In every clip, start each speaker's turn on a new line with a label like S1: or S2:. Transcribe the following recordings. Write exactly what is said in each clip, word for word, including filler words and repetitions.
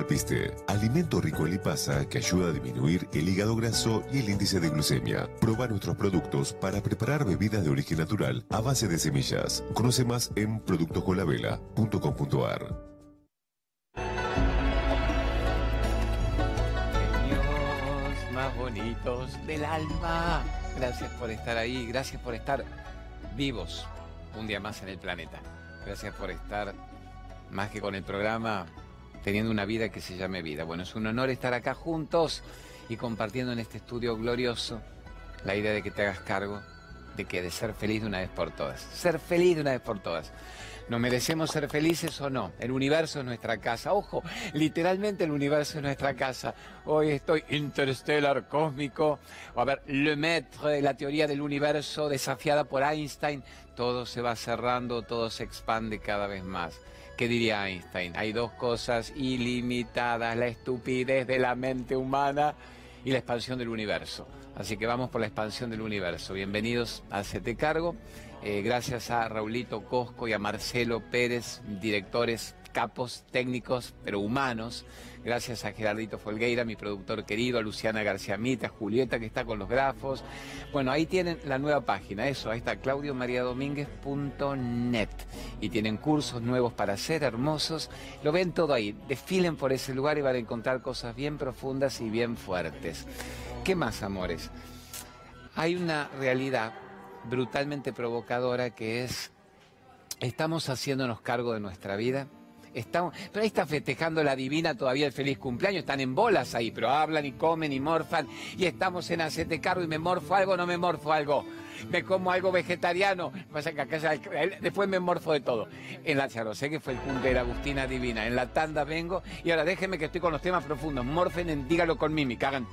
S1: Alpiste, alimento rico en lipasa que ayuda a disminuir el hígado graso y el índice de glucemia. Proba nuestros productos para preparar bebidas de origen natural a base de semillas. Conoce más en productos con la vela punto com punto a r.
S2: Niños más bonitos del alma. Gracias por estar ahí, gracias por estar vivos un día más en el planeta. Gracias por estar más que con el programa, teniendo una vida que se llame vida. Bueno, es un honor estar acá juntos y compartiendo en este estudio glorioso la idea de que te hagas cargo de que de ser feliz de una vez por todas. Ser feliz de una vez por todas. ¿Nos merecemos ser felices o no? El universo es nuestra casa. Ojo, literalmente el universo es nuestra casa. Hoy estoy interstellar, cósmico. O a ver, Le Maître, la teoría del universo desafiada por Einstein. Todo se va cerrando, todo se expande cada vez más. ¿Qué diría Einstein? Hay dos cosas ilimitadas, la estupidez de la mente humana y la expansión del universo. Así que vamos por la expansión del universo. Bienvenidos a Hacete Cargo. Eh, gracias a Raulito Cosco y a Marcelo Pérez, directores, capos, técnicos, pero humanos. Gracias a Gerardito Folgueira, mi productor querido, a Luciana García Mita, a Julieta, que está con los grafos. Bueno, ahí tienen la nueva página, eso, ahí está, claudio maría domínguez punto net. Y tienen cursos nuevos para hacer, hermosos. Lo ven todo ahí. Desfilen por ese lugar y van a encontrar cosas bien profundas y bien fuertes. ¿Qué más, amores? Hay una realidad brutalmente provocadora que es, estamos haciéndonos cargo de nuestra vida. Estamos, pero ahí está festejando la divina todavía el feliz cumpleaños, están en bolas ahí, pero hablan y comen y morfan, y estamos en Hacete Cargo y me morfo algo, no me morfo algo, me como algo vegetariano, pasa que acá ya, después me morfo de todo. En la ya lo sé que fue el cumple de la Agustina Divina, en la tanda vengo, y ahora déjenme que estoy con los temas profundos, morfen en, dígalo con mímica, hagan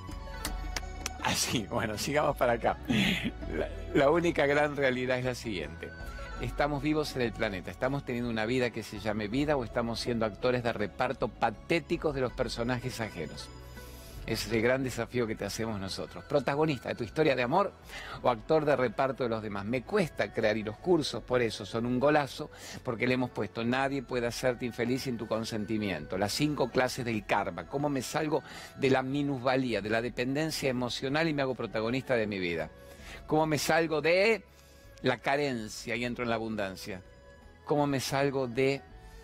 S2: así. Bueno, sigamos para acá. La, la única gran realidad es la siguiente. Estamos vivos en el planeta, estamos teniendo una vida que se llame vida o estamos siendo actores de reparto patéticos de los personajes ajenos. Ese es el gran desafío que te hacemos nosotros. Protagonista de tu historia de amor o actor de reparto de los demás. Me cuesta crear y los cursos, por eso son un golazo, porque le hemos puesto nadie puede hacerte infeliz sin tu consentimiento. Las cinco clases del karma, cómo me salgo de la minusvalía, de la dependencia emocional y me hago protagonista de mi vida. Cómo me salgo de la carencia y entro en la abundancia. Cómo me salgo de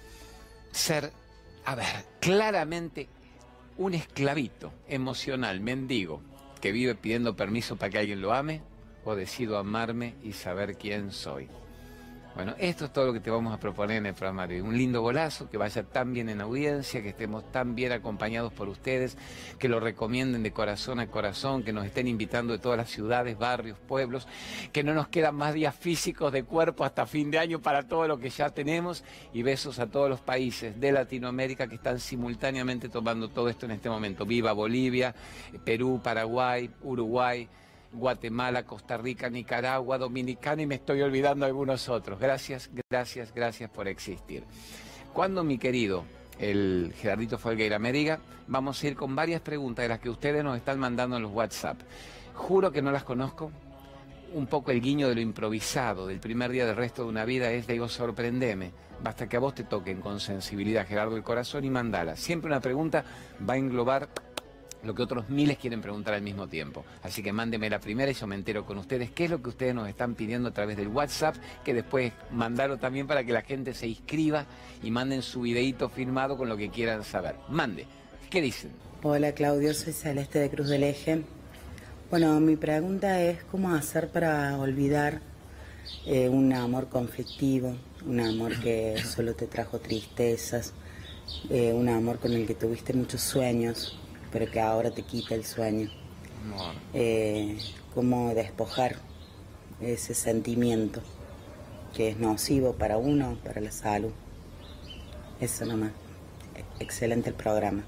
S2: ser, a ver, claramente un esclavito emocional, mendigo, que vive pidiendo permiso para que alguien lo ame, o decido amarme y saber quién soy. Bueno, esto es todo lo que te vamos a proponer en el programa de hoy. Un lindo golazo, que vaya tan bien en audiencia, que estemos tan bien acompañados por ustedes, que lo recomienden de corazón a corazón, que nos estén invitando de todas las ciudades, barrios, pueblos, que no nos quedan más días físicos de cuerpo hasta fin de año para todo lo que ya tenemos, y besos a todos los países de Latinoamérica que están simultáneamente tomando todo esto en este momento. Viva Bolivia, Perú, Paraguay, Uruguay, Guatemala, Costa Rica, Nicaragua, Dominicana y me estoy olvidando algunos otros. Gracias, gracias, gracias por existir. Cuando mi querido, el Gerardito Folgueira me diga, vamos a ir con varias preguntas de las que ustedes nos están mandando en los WhatsApp. Juro que no las conozco. Un poco el guiño de lo improvisado del primer día del resto de una vida es, digo, sorprendeme. Basta que a vos te toquen con sensibilidad, Gerardo, el corazón y mandala. Siempre una pregunta va a englobar lo que otros miles quieren preguntar al mismo tiempo. Así que mándeme la primera y yo me entero con ustedes qué es lo que ustedes nos están pidiendo a través del WhatsApp, que después mandarlo también para que la gente se inscriba y manden su videíto firmado con lo que quieran saber. Mande. ¿Qué dicen?
S3: Hola Claudio, soy Celeste de Cruz del Eje. Bueno, mi pregunta es cómo hacer para olvidar eh, un amor conflictivo, un amor que solo te trajo tristezas, eh, un amor con el que tuviste muchos sueños, pero que ahora te quita el sueño. Eh, cómo despojar ese sentimiento que es nocivo para uno, para la salud. Eso nomás. Excelente el programa.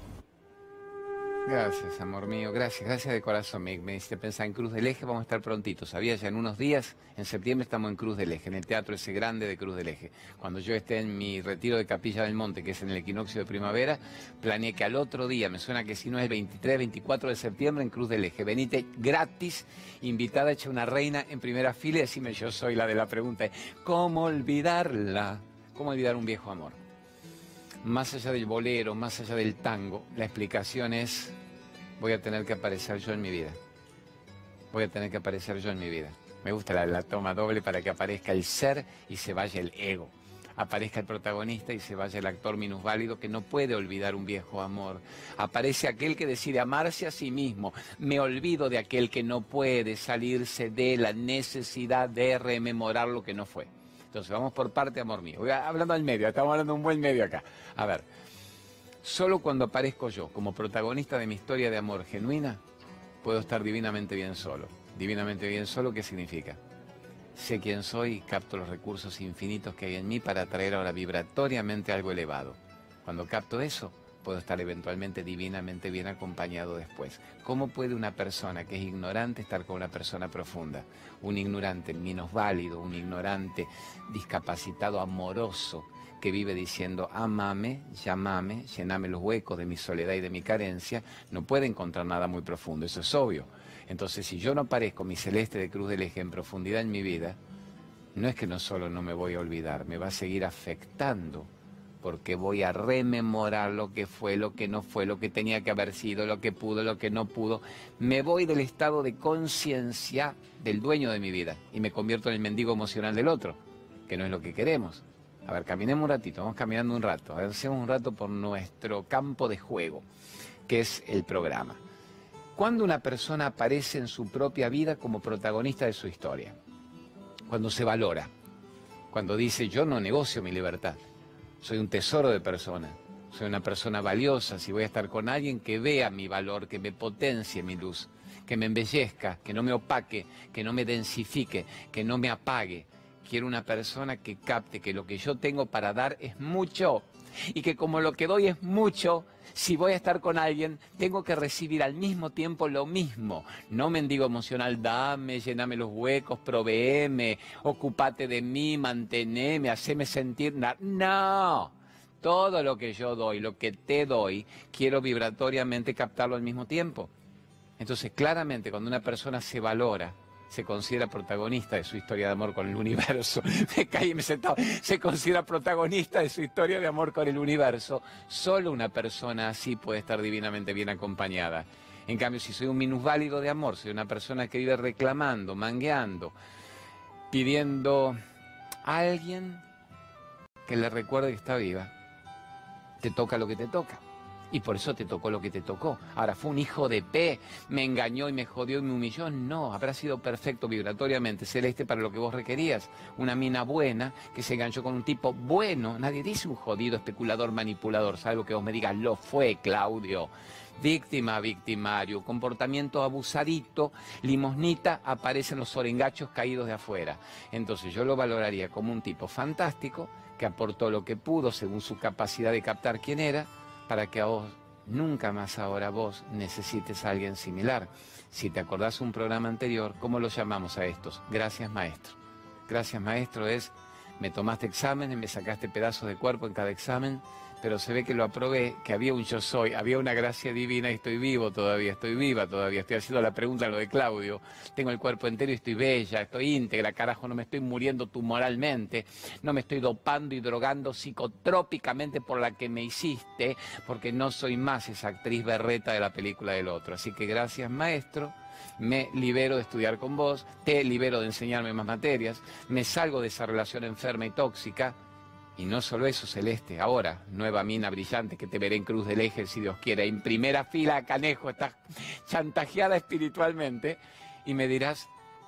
S2: Gracias, amor mío, gracias, gracias de corazón. Me, me hiciste pensar en Cruz del Eje, vamos a estar prontitos. ¿Sabías? Ya en unos días, en septiembre, estamos en Cruz del Eje, en el teatro ese grande de Cruz del Eje. Cuando yo esté en mi retiro de Capilla del Monte, que es en el equinoccio de primavera, planeé que al otro día, me suena que si no es el veintitrés, veinticuatro de septiembre, en Cruz del Eje. Venite gratis, invitada, hecha una reina en primera fila y decime, yo soy la de la pregunta. ¿Cómo olvidarla? ¿Cómo olvidar un viejo amor? más allá del bolero, más allá del tango, la explicación es, voy a tener que aparecer yo en mi vida. Voy a tener que aparecer yo en mi vida. Me gusta la, la toma doble para que aparezca el ser y se vaya el ego. Aparezca el protagonista y se vaya el actor minusválido que no puede olvidar un viejo amor. Aparece aquel que decide amarse a sí mismo. Me olvido de aquel que no puede salirse de la necesidad de rememorar lo que no fue. Entonces vamos por parte, amor mío. Voy hablando al medio, estamos hablando de un buen medio acá. A ver, solo cuando aparezco yo como protagonista de mi historia de amor genuina, puedo estar divinamente bien solo. Divinamente bien solo, ¿qué significa? Sé quién soy y capto los recursos infinitos que hay en mí para atraer ahora vibratoriamente algo elevado. Cuando capto eso, puedo estar eventualmente divinamente bien acompañado después. ¿Cómo puede una persona que es ignorante estar con una persona profunda? Un ignorante minusválido, un ignorante discapacitado, amoroso, que vive diciendo, amame, llamame, llename los huecos de mi soledad y de mi carencia, no puede encontrar nada muy profundo, eso es obvio. Entonces, si yo no aparezco mi celeste de Cruz del Eje en profundidad en mi vida, no es que no solo no me voy a olvidar, me va a seguir afectando, porque voy a rememorar lo que fue, lo que no fue, lo que tenía que haber sido, lo que pudo, lo que no pudo. Me voy del estado de conciencia del dueño de mi vida y me convierto en el mendigo emocional del otro, que no es lo que queremos. A ver, caminemos un ratito, vamos caminando un rato, avancemos un rato por nuestro campo de juego, que es el programa. Cuando una persona aparece en su propia vida como protagonista de su historia, cuando se valora, cuando dice yo no negocio mi libertad, soy un tesoro de persona, soy una persona valiosa, si voy a estar con alguien que vea mi valor, que me potencie mi luz, que me embellezca, que no me opaque, que no me densifique, que no me apague. Quiero una persona que capte que lo que yo tengo para dar es mucho y que como lo que doy es mucho, si voy a estar con alguien, tengo que recibir al mismo tiempo lo mismo. No mendigo emocional, dame, llename los huecos, provéeme, ocupate de mí, manteneme, haceme sentir nada. No, todo lo que yo doy, lo que te doy, quiero vibratoriamente captarlo al mismo tiempo. Entonces, claramente, cuando una persona se valora, se considera protagonista de su historia de amor con el universo. Me caí y me sentaba. Se considera protagonista de su historia de amor con el universo. Solo una persona así puede estar divinamente bien acompañada. En cambio, si soy un minusválido de amor, soy una persona que vive reclamando, mangueando, pidiendo a alguien que le recuerde que está viva, te toca lo que te toca. Y por eso te tocó lo que te tocó. Ahora, ¿fue un hijo de P? ¿Me engañó y me jodió y me humilló? No, habrá sido perfecto vibratoriamente, celeste para lo que vos requerías. Una mina buena que se enganchó con un tipo bueno. Nadie dice un jodido especulador, manipulador, salvo que vos me digas, lo fue, Claudio. Víctima, victimario, comportamiento abusadito, limosnita, aparecen los orengachos caídos de afuera. Entonces yo lo valoraría como un tipo fantástico que aportó lo que pudo según su capacidad de captar quién era, para que a vos, nunca más ahora vos, necesites a alguien similar. Si te acordás un programa anterior, ¿cómo lo llamamos a estos? Gracias, maestro. Gracias, maestro es, me tomaste exámenes, me sacaste pedazos de cuerpo en cada examen, pero se ve que lo aprobé, que había un yo soy, había una gracia divina y estoy vivo todavía, estoy viva todavía, estoy haciendo la pregunta a lo de Claudio, tengo el cuerpo entero y estoy bella, estoy íntegra, carajo, no me estoy muriendo tumoralmente, no me estoy dopando y drogando psicotrópicamente por la que me hiciste, porque no soy más esa actriz berreta de la película del otro. Así que gracias, maestro. Me libero de estudiar con vos, te libero de enseñarme más materias, me salgo de esa relación enferma y tóxica. Y no solo eso, celeste, ahora, nueva mina brillante que te veré en Cruz del Eje, si Dios quiere, en primera fila, Canejo, estás chantajeada espiritualmente, y me dirás,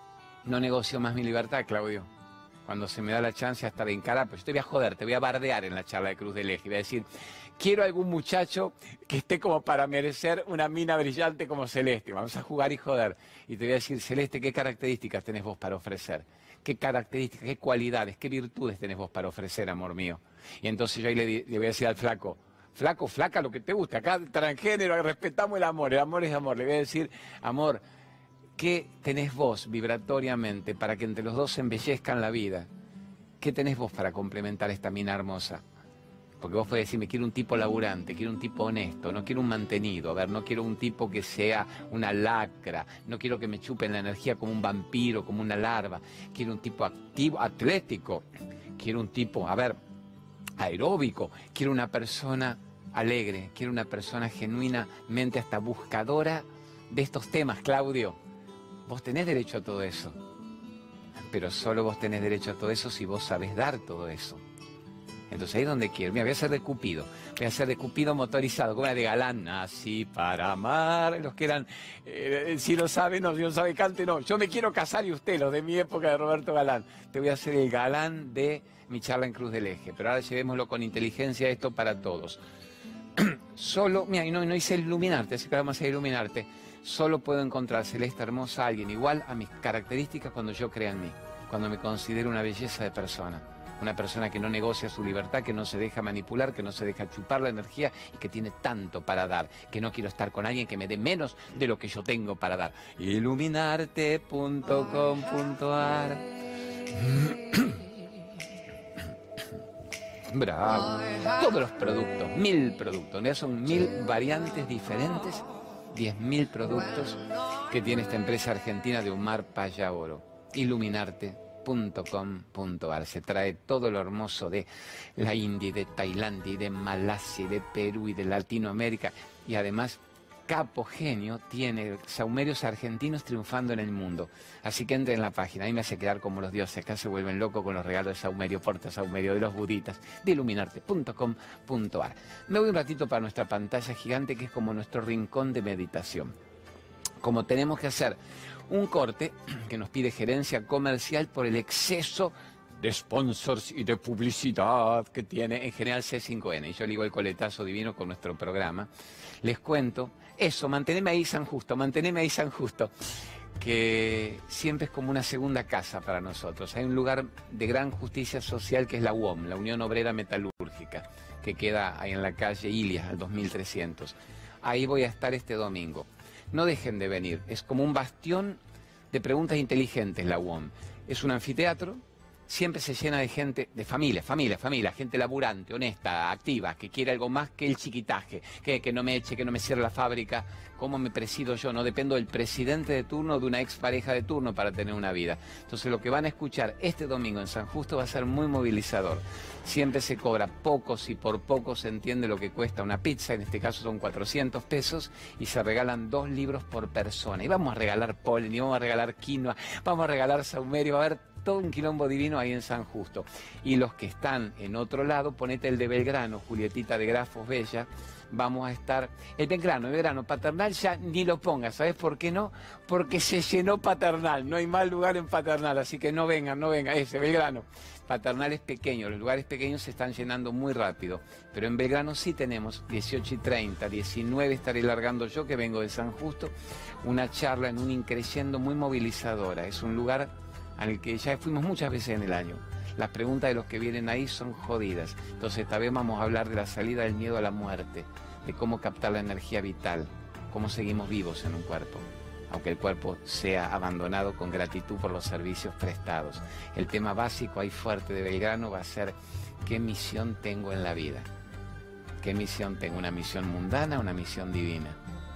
S2: no negocio más mi libertad, Claudio. Cuando se me da la chance hasta de encarar, pues yo te voy a joder, te voy a bardear en la charla de Cruz del Eje, voy a decir, quiero algún muchacho que esté como para merecer una mina brillante como Celeste, vamos a jugar y joder. Y te voy a decir, Celeste, ¿qué características tenés vos para ofrecer? ¿Qué características, qué cualidades, qué virtudes tenés vos para ofrecer, amor mío? Y entonces yo ahí le, le voy a decir al flaco, flaco, flaca, lo que te gusta, acá transgénero, respetamos el amor, el amor es amor. Le voy a decir, amor, ¿qué tenés vos vibratoriamente para que entre los dos se embellezcan la vida? ¿Qué tenés vos para complementar esta mina hermosa? Porque vos podés decirme, quiero un tipo laburante, quiero un tipo honesto, no quiero un mantenido, a ver, no quiero un tipo que sea una lacra, no quiero que me chupen la energía como un vampiro, como una larva, quiero un tipo activo, atlético, quiero un tipo, a ver, aeróbico, quiero una persona alegre, quiero una persona genuinamente hasta buscadora de estos temas, Claudio. Vos tenés derecho a todo eso, pero solo vos tenés derecho a todo eso si vos sabés dar todo eso. Entonces ahí es donde quiero. Mira, voy a hacer de Cupido. Voy a hacer de Cupido motorizado, como era de Galán. Nací para amar. Los que eran, eh, si lo sabe, no, si no sabe, cante, no. Yo me quiero casar y usted, los de mi época de Roberto Galán. Te voy a hacer el Galán de mi charla en Cruz del Eje. Pero ahora llevémoslo con inteligencia, esto para todos. Solo, mira, y no, no hice iluminarte, así que vamos a iluminarte. Solo puedo encontrar, Celeste hermosa, a alguien igual a mis características cuando yo crea en mí. Cuando me considero una belleza de persona. Una persona que no negocia su libertad, que no se deja manipular, que no se deja chupar la energía y que tiene tanto para dar, que no quiero estar con alguien que me dé menos de lo que yo tengo para dar. iluminarte punto com punto ar. Bravo. Todos los productos, mil productos, ¿no? Son mil variantes diferentes, diez mil productos que tiene esta empresa argentina de Umar Paya Oro. iluminarte punto com punto ar. Se trae todo lo hermoso de la India, y de Tailandia, y de Malasia, y de Perú, y de Latinoamérica. Y además, Capo Genio tiene saumerios argentinos triunfando en el mundo. Así que entre en la página. Ahí me hace quedar como los dioses. Acá se vuelven locos con los regalos de saumerio, porta saumerio de los buditas, de iluminarte punto com punto ar. Me voy un ratito para nuestra pantalla gigante, que es como nuestro rincón de meditación. Como tenemos que hacer un corte que nos pide gerencia comercial por el exceso de sponsors y de publicidad que tiene en general C cinco N. Y yo le digo el coletazo divino con nuestro programa. Les cuento eso, manteneme ahí San Justo, manteneme ahí San Justo, que siempre es como una segunda casa para nosotros. Hay un lugar de gran justicia social que es la U O M, la Unión Obrera Metalúrgica, que queda ahí en la calle Ilias, al dos mil trescientos. Ahí voy a estar este domingo. No dejen de venir, es como un bastión de preguntas inteligentes la U O M. Es un anfiteatro, siempre se llena de gente, de familia, familia, familia, gente laburante, honesta, activa, que quiere algo más que el chiquitaje, que, que no me eche, que no me cierre la fábrica. ¿Cómo me presido yo? No dependo del presidente de turno o de una expareja de turno para tener una vida. Entonces lo que van a escuchar este domingo en San Justo va a ser muy movilizador. Siempre se cobra poco, si por poco se entiende lo que cuesta una pizza, en este caso son cuatrocientos pesos, y se regalan dos libros por persona. Y vamos a regalar polen, y vamos a regalar quinoa, vamos a regalar saumerio, va a haber todo un quilombo divino ahí en San Justo. Y los que están en otro lado, ponete el de Belgrano, Julietita de Grafos Bella. Vamos a estar, el Belgrano, el Belgrano, Paternal ya ni lo pongas, ¿sabes por qué no? Porque se llenó Paternal, no hay más lugar en Paternal, así que no vengan, no vengan, ese Belgrano. Paternal es pequeño, los lugares pequeños se están llenando muy rápido, pero en Belgrano sí tenemos dieciocho y treinta, diecinueve estaré largando yo, que vengo de San Justo, una charla en un increyendo muy movilizadora. Es un lugar al que ya fuimos muchas veces en el año. Las preguntas de los que vienen ahí son jodidas. Entonces esta vez vamos a hablar de la salida del miedo a la muerte, de cómo captar la energía vital, cómo seguimos vivos en un cuerpo, aunque el cuerpo sea abandonado, con gratitud por los servicios prestados. El tema básico ahí fuerte de Belgrano va a ser: ¿qué misión tengo en la vida? ¿Qué misión tengo? ¿Una misión mundana o una misión divina?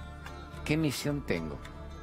S2: ¿Qué misión tengo?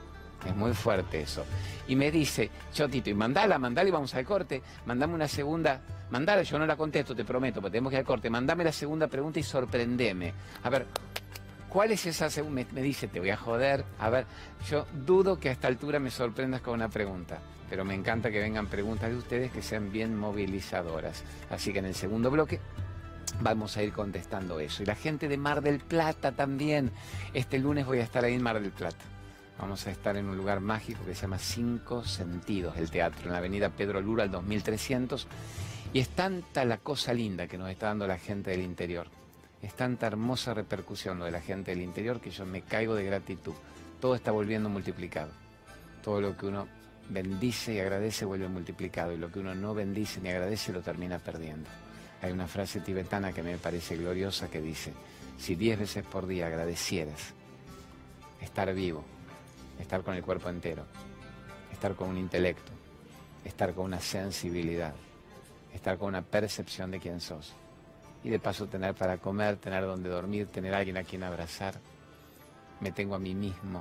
S2: Es muy fuerte eso. Y me dice, Chotito, y mandala, mandala y vamos al corte. Mandame una segunda, mandala, yo no la contesto, te prometo, porque tenemos que ir al corte. Mandame la segunda pregunta y sorprendeme. A ver, ¿cuál es esa segunda? Me, me dice, te voy a joder. A ver, yo dudo que a esta altura me sorprendas con una pregunta, pero me encanta que vengan preguntas de ustedes que sean bien movilizadoras. Así que en el segundo bloque vamos a ir contestando eso. Y la gente de Mar del Plata también. Este lunes voy a estar ahí en Mar del Plata. Vamos a estar en un lugar mágico que se llama Cinco Sentidos, el teatro, en la avenida Pedro Lura, al dos mil trescientos. Y es tanta la cosa linda que nos está dando la gente del interior. Es tanta hermosa repercusión lo de la gente del interior que yo me caigo de gratitud. Todo está volviendo multiplicado. Todo lo que uno bendice y agradece vuelve multiplicado. Y lo que uno no bendice ni agradece lo termina perdiendo. Hay una frase tibetana que me parece gloriosa que dice: si diez veces por día agradecieras estar vivo, estar con el cuerpo entero, estar con un intelecto, estar con una sensibilidad, estar con una percepción de quién sos, y de paso tener para comer, tener donde dormir, tener a alguien a quien abrazar, me tengo a mí mismo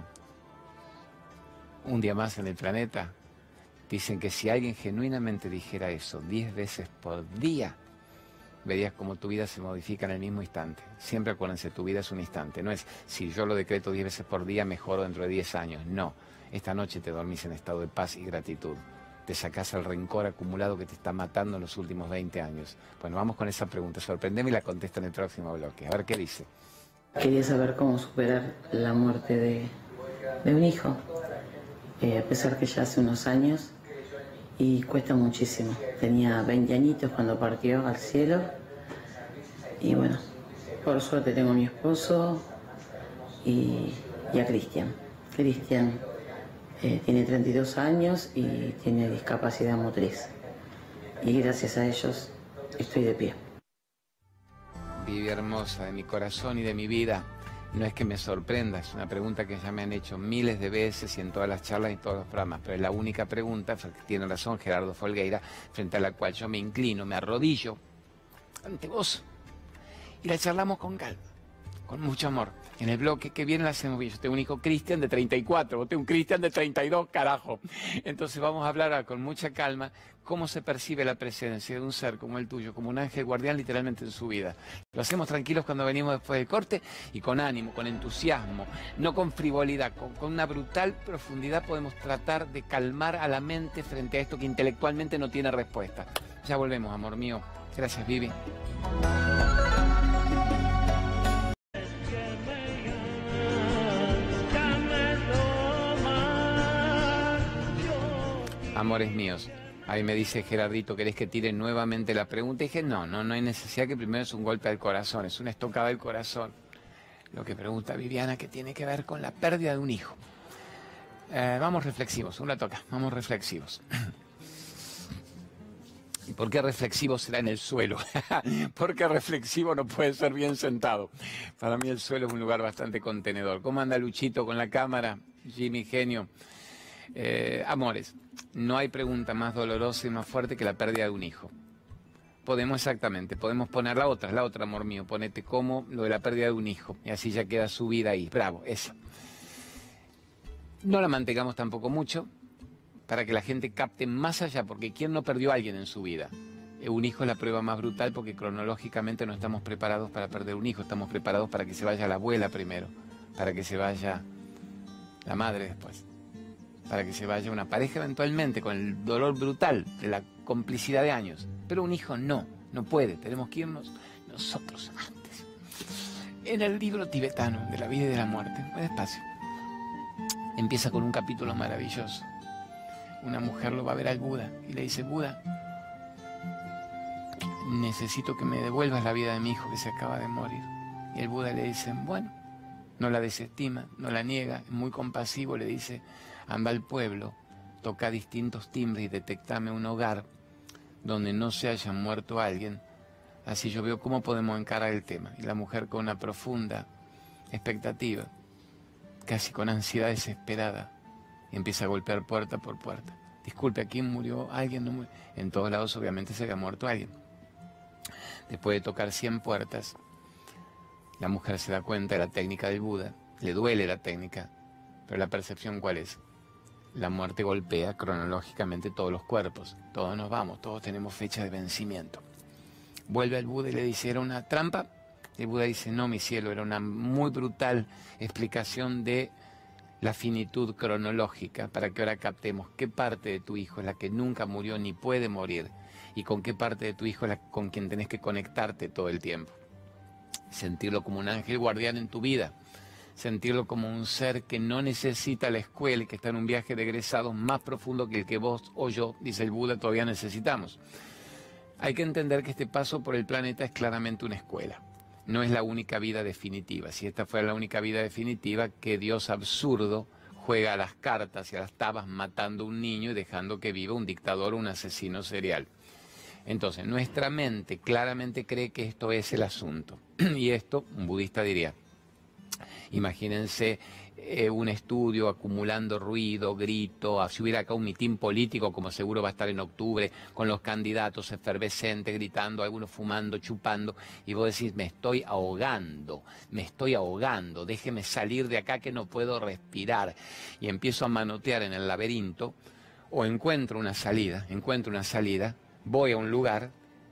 S2: un día más en el planeta. Dicen que si alguien genuinamente dijera eso diez veces por día, verías cómo tu vida se modifica en el mismo instante. Siempre acuérdense, tu vida es un instante. No es, si yo lo decreto diez veces por día, mejoro dentro de diez años. No, esta noche te dormís en estado de paz y gratitud. Te sacás el rencor acumulado que te está matando en los últimos veinte años. Bueno, vamos con esa pregunta. Sorprendeme y la contesto en el próximo bloque. A ver qué dice.
S4: Quería saber cómo superar la muerte de, de un hijo, eh, a pesar que ya hace unos años, y cuesta muchísimo. Tenía veinte añitos cuando partió al cielo, y bueno, por suerte tengo a mi esposo y, y a Cristian. Cristian eh, tiene treinta y dos años y tiene discapacidad motriz, y gracias a ellos estoy de pie.
S2: Vivi hermosa de mi corazón y de mi vida, no es que me sorprenda, es una pregunta que ya me han hecho miles de veces y en todas las charlas y en todos los programas, pero es la única pregunta, tiene razón Gerardo Folgueira, frente a la cual yo me inclino, me arrodillo ante vos y la charlamos con calma, con mucho amor. En el bloque que viene la hacemos bien. Yo tengo un hijo Cristian de treinta y cuatro, vos tenés un Cristian de treinta y dos, carajo. Entonces vamos a hablar con mucha calma cómo se percibe la presencia de un ser como el tuyo, como un ángel guardián literalmente en su vida. Lo hacemos tranquilos cuando venimos después del corte y con ánimo, con entusiasmo, no con frivolidad, con, con una brutal profundidad podemos tratar de calmar a la mente frente a esto que intelectualmente no tiene respuesta. Ya volvemos, amor mío. Gracias, Vivi. Amores míos, ahí me dice Gerardito, ¿querés que tire nuevamente la pregunta? Y dije, no, no, no hay necesidad, que primero es un golpe al corazón, es una estocada del corazón. Lo que pregunta Viviana, que tiene que ver con la pérdida de un hijo. Eh, vamos reflexivos, una toca, vamos reflexivos. ¿Y por qué reflexivo será en el suelo? Porque reflexivo no puede ser bien sentado. Para mí el suelo es un lugar bastante contenedor. ¿Cómo anda Luchito con la cámara? Jimmy, genio. Eh, amores, no hay pregunta más dolorosa y más fuerte que la pérdida de un hijo. Podemos exactamente, podemos poner la otra, la otra, amor mío, ponete como lo de la pérdida de un hijo, y así ya queda su vida ahí. Bravo, esa. No la mantengamos tampoco mucho, para que la gente capte más allá, porque ¿quién no perdió a alguien en su vida? Eh, un hijo es la prueba más brutal, porque cronológicamente no estamos preparados para perder un hijo, estamos preparados para que se vaya la abuela primero, para que se vaya la madre después, para que se vaya una pareja eventualmente con el dolor brutal de la complicidad de años. Pero un hijo no, no puede, tenemos que irnos nosotros antes. En el libro tibetano de la vida y de la muerte, muy despacio, empieza con un capítulo maravilloso. Una mujer lo va a ver al Buda y le dice, Buda, necesito que me devuelvas la vida de mi hijo que se acaba de morir. Y el Buda le dice, bueno, no la desestima, no la niega, es muy compasivo, le dice, anda al pueblo, toca distintos timbres y detectame un hogar donde no se haya muerto alguien, así yo veo cómo podemos encarar el tema. Y la mujer con una profunda expectativa, casi con ansiedad desesperada, y empieza a golpear puerta por puerta. Disculpe, ¿aquí murió alguien? No murió. En todos lados obviamente se había muerto alguien. Después de tocar cien puertas, la mujer se da cuenta de la técnica del Buda, le duele la técnica, pero la percepción ¿cuál es? La muerte golpea cronológicamente todos los cuerpos, todos nos vamos, todos tenemos fecha de vencimiento. Vuelve al Buda y le dice, ¿era una trampa? El Buda dice, no, mi cielo, era una muy brutal explicación de la finitud cronológica, para que ahora captemos qué parte de tu hijo es la que nunca murió ni puede morir, y con qué parte de tu hijo es la con quien tenés que conectarte todo el tiempo. Sentirlo como un ángel guardián en tu vida, sentirlo como un ser que no necesita la escuela y que está en un viaje de egresados más profundo que el que vos o yo, dice el Buda, todavía necesitamos. Hay que entender que este paso por el planeta es claramente una escuela. No es la única vida definitiva. Si esta fuera la única vida definitiva, qué Dios absurdo juega a las cartas y a las tabas matando a un niño y dejando que viva un dictador o un asesino serial. Entonces, nuestra mente claramente cree que esto es el asunto. Y esto, un budista diría, imagínense eh, un estudio acumulando ruido, grito, si hubiera acá un mitin político, como seguro va a estar en octubre, con los candidatos efervescentes, gritando, algunos fumando, chupando, y vos decís, me estoy ahogando, me estoy ahogando, déjeme salir de acá que no puedo respirar, y empiezo a manotear en el laberinto, o encuentro una salida, encuentro una salida, voy a un lugar,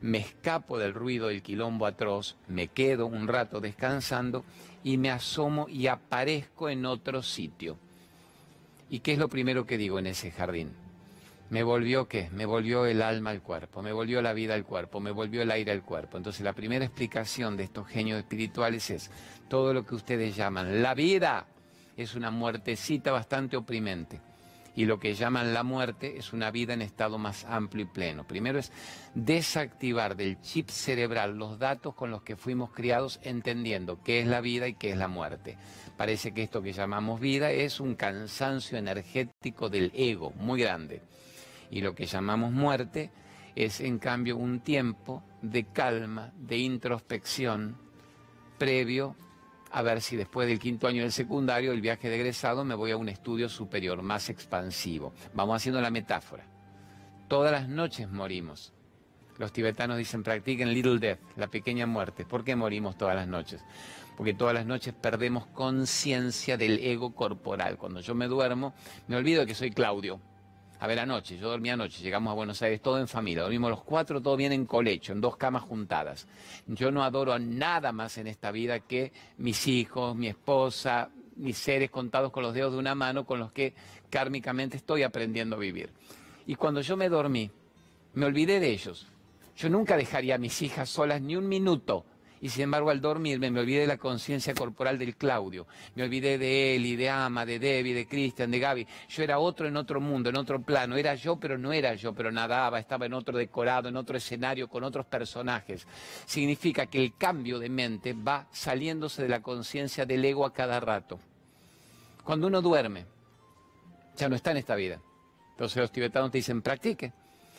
S2: me escapo del ruido del quilombo atroz, me quedo un rato descansando y me asomo y aparezco en otro sitio. ¿Y qué es lo primero que digo en ese jardín? ¿Me volvió qué? Me volvió el alma al cuerpo, me volvió la vida al cuerpo, me volvió el aire al cuerpo. Entonces la primera explicación de estos genios espirituales es: todo lo que ustedes llaman la vida es una muertecita bastante oprimente. Y lo que llaman la muerte es una vida en estado más amplio y pleno. Primero es desactivar del chip cerebral los datos con los que fuimos criados, entendiendo qué es la vida y qué es la muerte. Parece que esto que llamamos vida es un cansancio energético del ego muy grande. Y lo que llamamos muerte es, en cambio, un tiempo de calma, de introspección, previo a ver si después del quinto año del secundario, el viaje de egresado, me voy a un estudio superior, más expansivo. Vamos haciendo la metáfora. Todas las noches morimos. Los tibetanos dicen, practiquen little death, la pequeña muerte. ¿Por qué morimos todas las noches? Porque todas las noches perdemos conciencia del ego corporal. Cuando yo me duermo, me olvido de que soy Claudio. A ver, anoche, yo dormí anoche, llegamos a Buenos Aires, todo en familia, dormimos los cuatro, todo bien en colecho, en dos camas juntadas. Yo no adoro a nada más en esta vida que mis hijos, mi esposa, mis seres contados con los dedos de una mano, con los que kármicamente estoy aprendiendo a vivir. Y cuando yo me dormí, me olvidé de ellos. Yo nunca dejaría a mis hijas solas ni un minuto. Y sin embargo, al dormirme, me olvidé de la conciencia corporal del Claudio. Me olvidé de Eli, de Ama, de Debbie, de Cristian, de Gaby. Yo era otro en otro mundo, en otro plano. Era yo, pero no era yo, pero nadaba, estaba en otro decorado, en otro escenario, con otros personajes. Significa que el cambio de mente va saliéndose de la conciencia del ego a cada rato. Cuando uno duerme, ya no está en esta vida. Entonces los tibetanos te dicen, practique.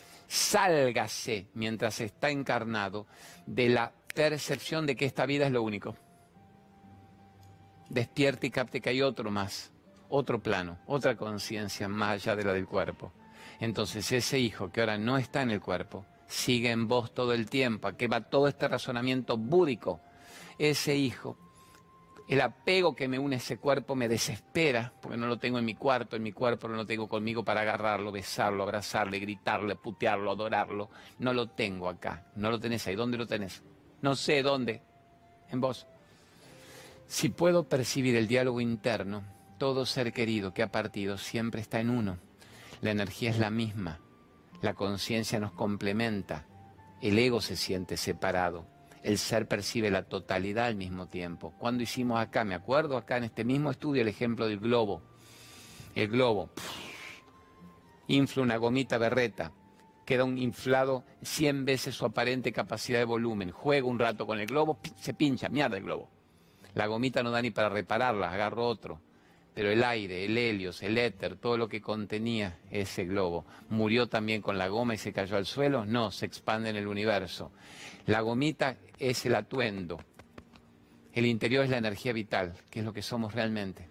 S2: Sálgase, mientras está encarnado, de la percepción de que esta vida es lo único. Despierte y capte que hay otro más, otro plano, otra conciencia más allá de la del cuerpo. Entonces ese hijo que ahora no está en el cuerpo, sigue en vos todo el tiempo, a que va todo este razonamiento búdico. Ese hijo, el apego que me une a ese cuerpo me desespera, porque no lo tengo en mi cuarto, en mi cuerpo no lo tengo conmigo para agarrarlo, besarlo, abrazarle, gritarle, putearlo, adorarlo. No lo tengo acá, no lo tenés ahí. ¿Dónde lo tenés? No sé dónde, en vos. Si puedo percibir el diálogo interno, todo ser querido que ha partido siempre está en uno. La energía es la misma, la conciencia nos complementa, el ego se siente separado, el ser percibe la totalidad al mismo tiempo. Cuando hicimos acá, me acuerdo acá en este mismo estudio, el ejemplo del globo. El globo pff, infla una gomita berreta, queda un inflado cien veces su aparente capacidad de volumen. Juega un rato con el globo, se pincha, mierda el globo. La gomita no da ni para repararla, agarro otro. Pero el aire, el helios, el éter, todo lo que contenía ese globo, ¿murió también con la goma y se cayó al suelo? No, se expande en el universo. La gomita es el atuendo. El interior es la energía vital, que es lo que somos realmente.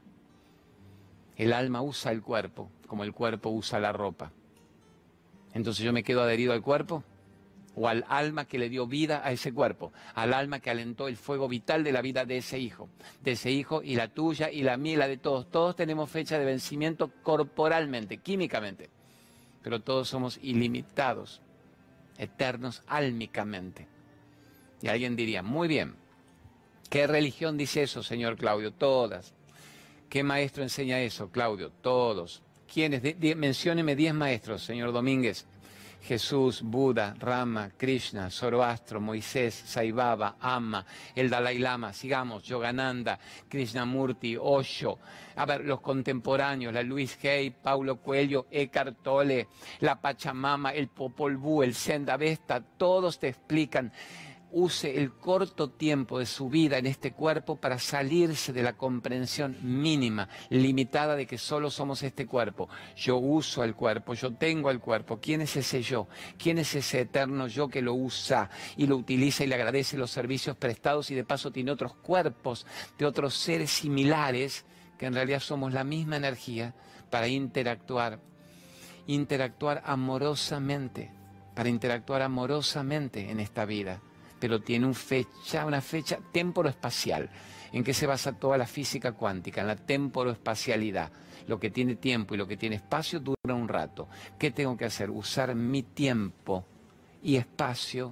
S2: El alma usa el cuerpo, como el cuerpo usa la ropa. Entonces yo me quedo adherido al cuerpo o al alma que le dio vida a ese cuerpo, al alma que alentó el fuego vital de la vida de ese hijo, de ese hijo y la tuya y la mía y la de todos. Todos tenemos fecha de vencimiento corporalmente, químicamente, pero todos somos ilimitados, eternos álmicamente. Y alguien diría, muy bien, ¿qué religión dice eso, señor Claudio? Todas. ¿Qué maestro enseña eso, Claudio? Todos. ¿Quiénes? De, de, mencióneme diez maestros, señor Domínguez. Jesús, Buda, Rama, Krishna, Zoroastro, Moisés, Sai Baba, Amma, el Dalai Lama, sigamos, Yogananda, Krishnamurti, Osho, a ver, los contemporáneos, la Luis Hay, Paulo Coelho, Eckhart Tolle, la Pachamama, el Popol Vuh, el Zen Avesta, todos te explican. Use el corto tiempo de su vida en este cuerpo para salirse de la comprensión mínima, limitada de que solo somos este cuerpo. Yo uso el cuerpo, yo tengo el cuerpo. ¿Quién es ese yo? ¿Quién es ese eterno yo que lo usa y lo utiliza y le agradece los servicios prestados y de paso tiene otros cuerpos de otros seres similares que en realidad somos la misma energía para interactuar, interactuar amorosamente, para interactuar amorosamente en esta vida? Pero tiene un fecha, una fecha temporoespacial. ¿En qué se basa toda la física cuántica? En la temporoespacialidad. Lo que tiene tiempo y lo que tiene espacio dura un rato. ¿Qué tengo que hacer? Usar mi tiempo y espacio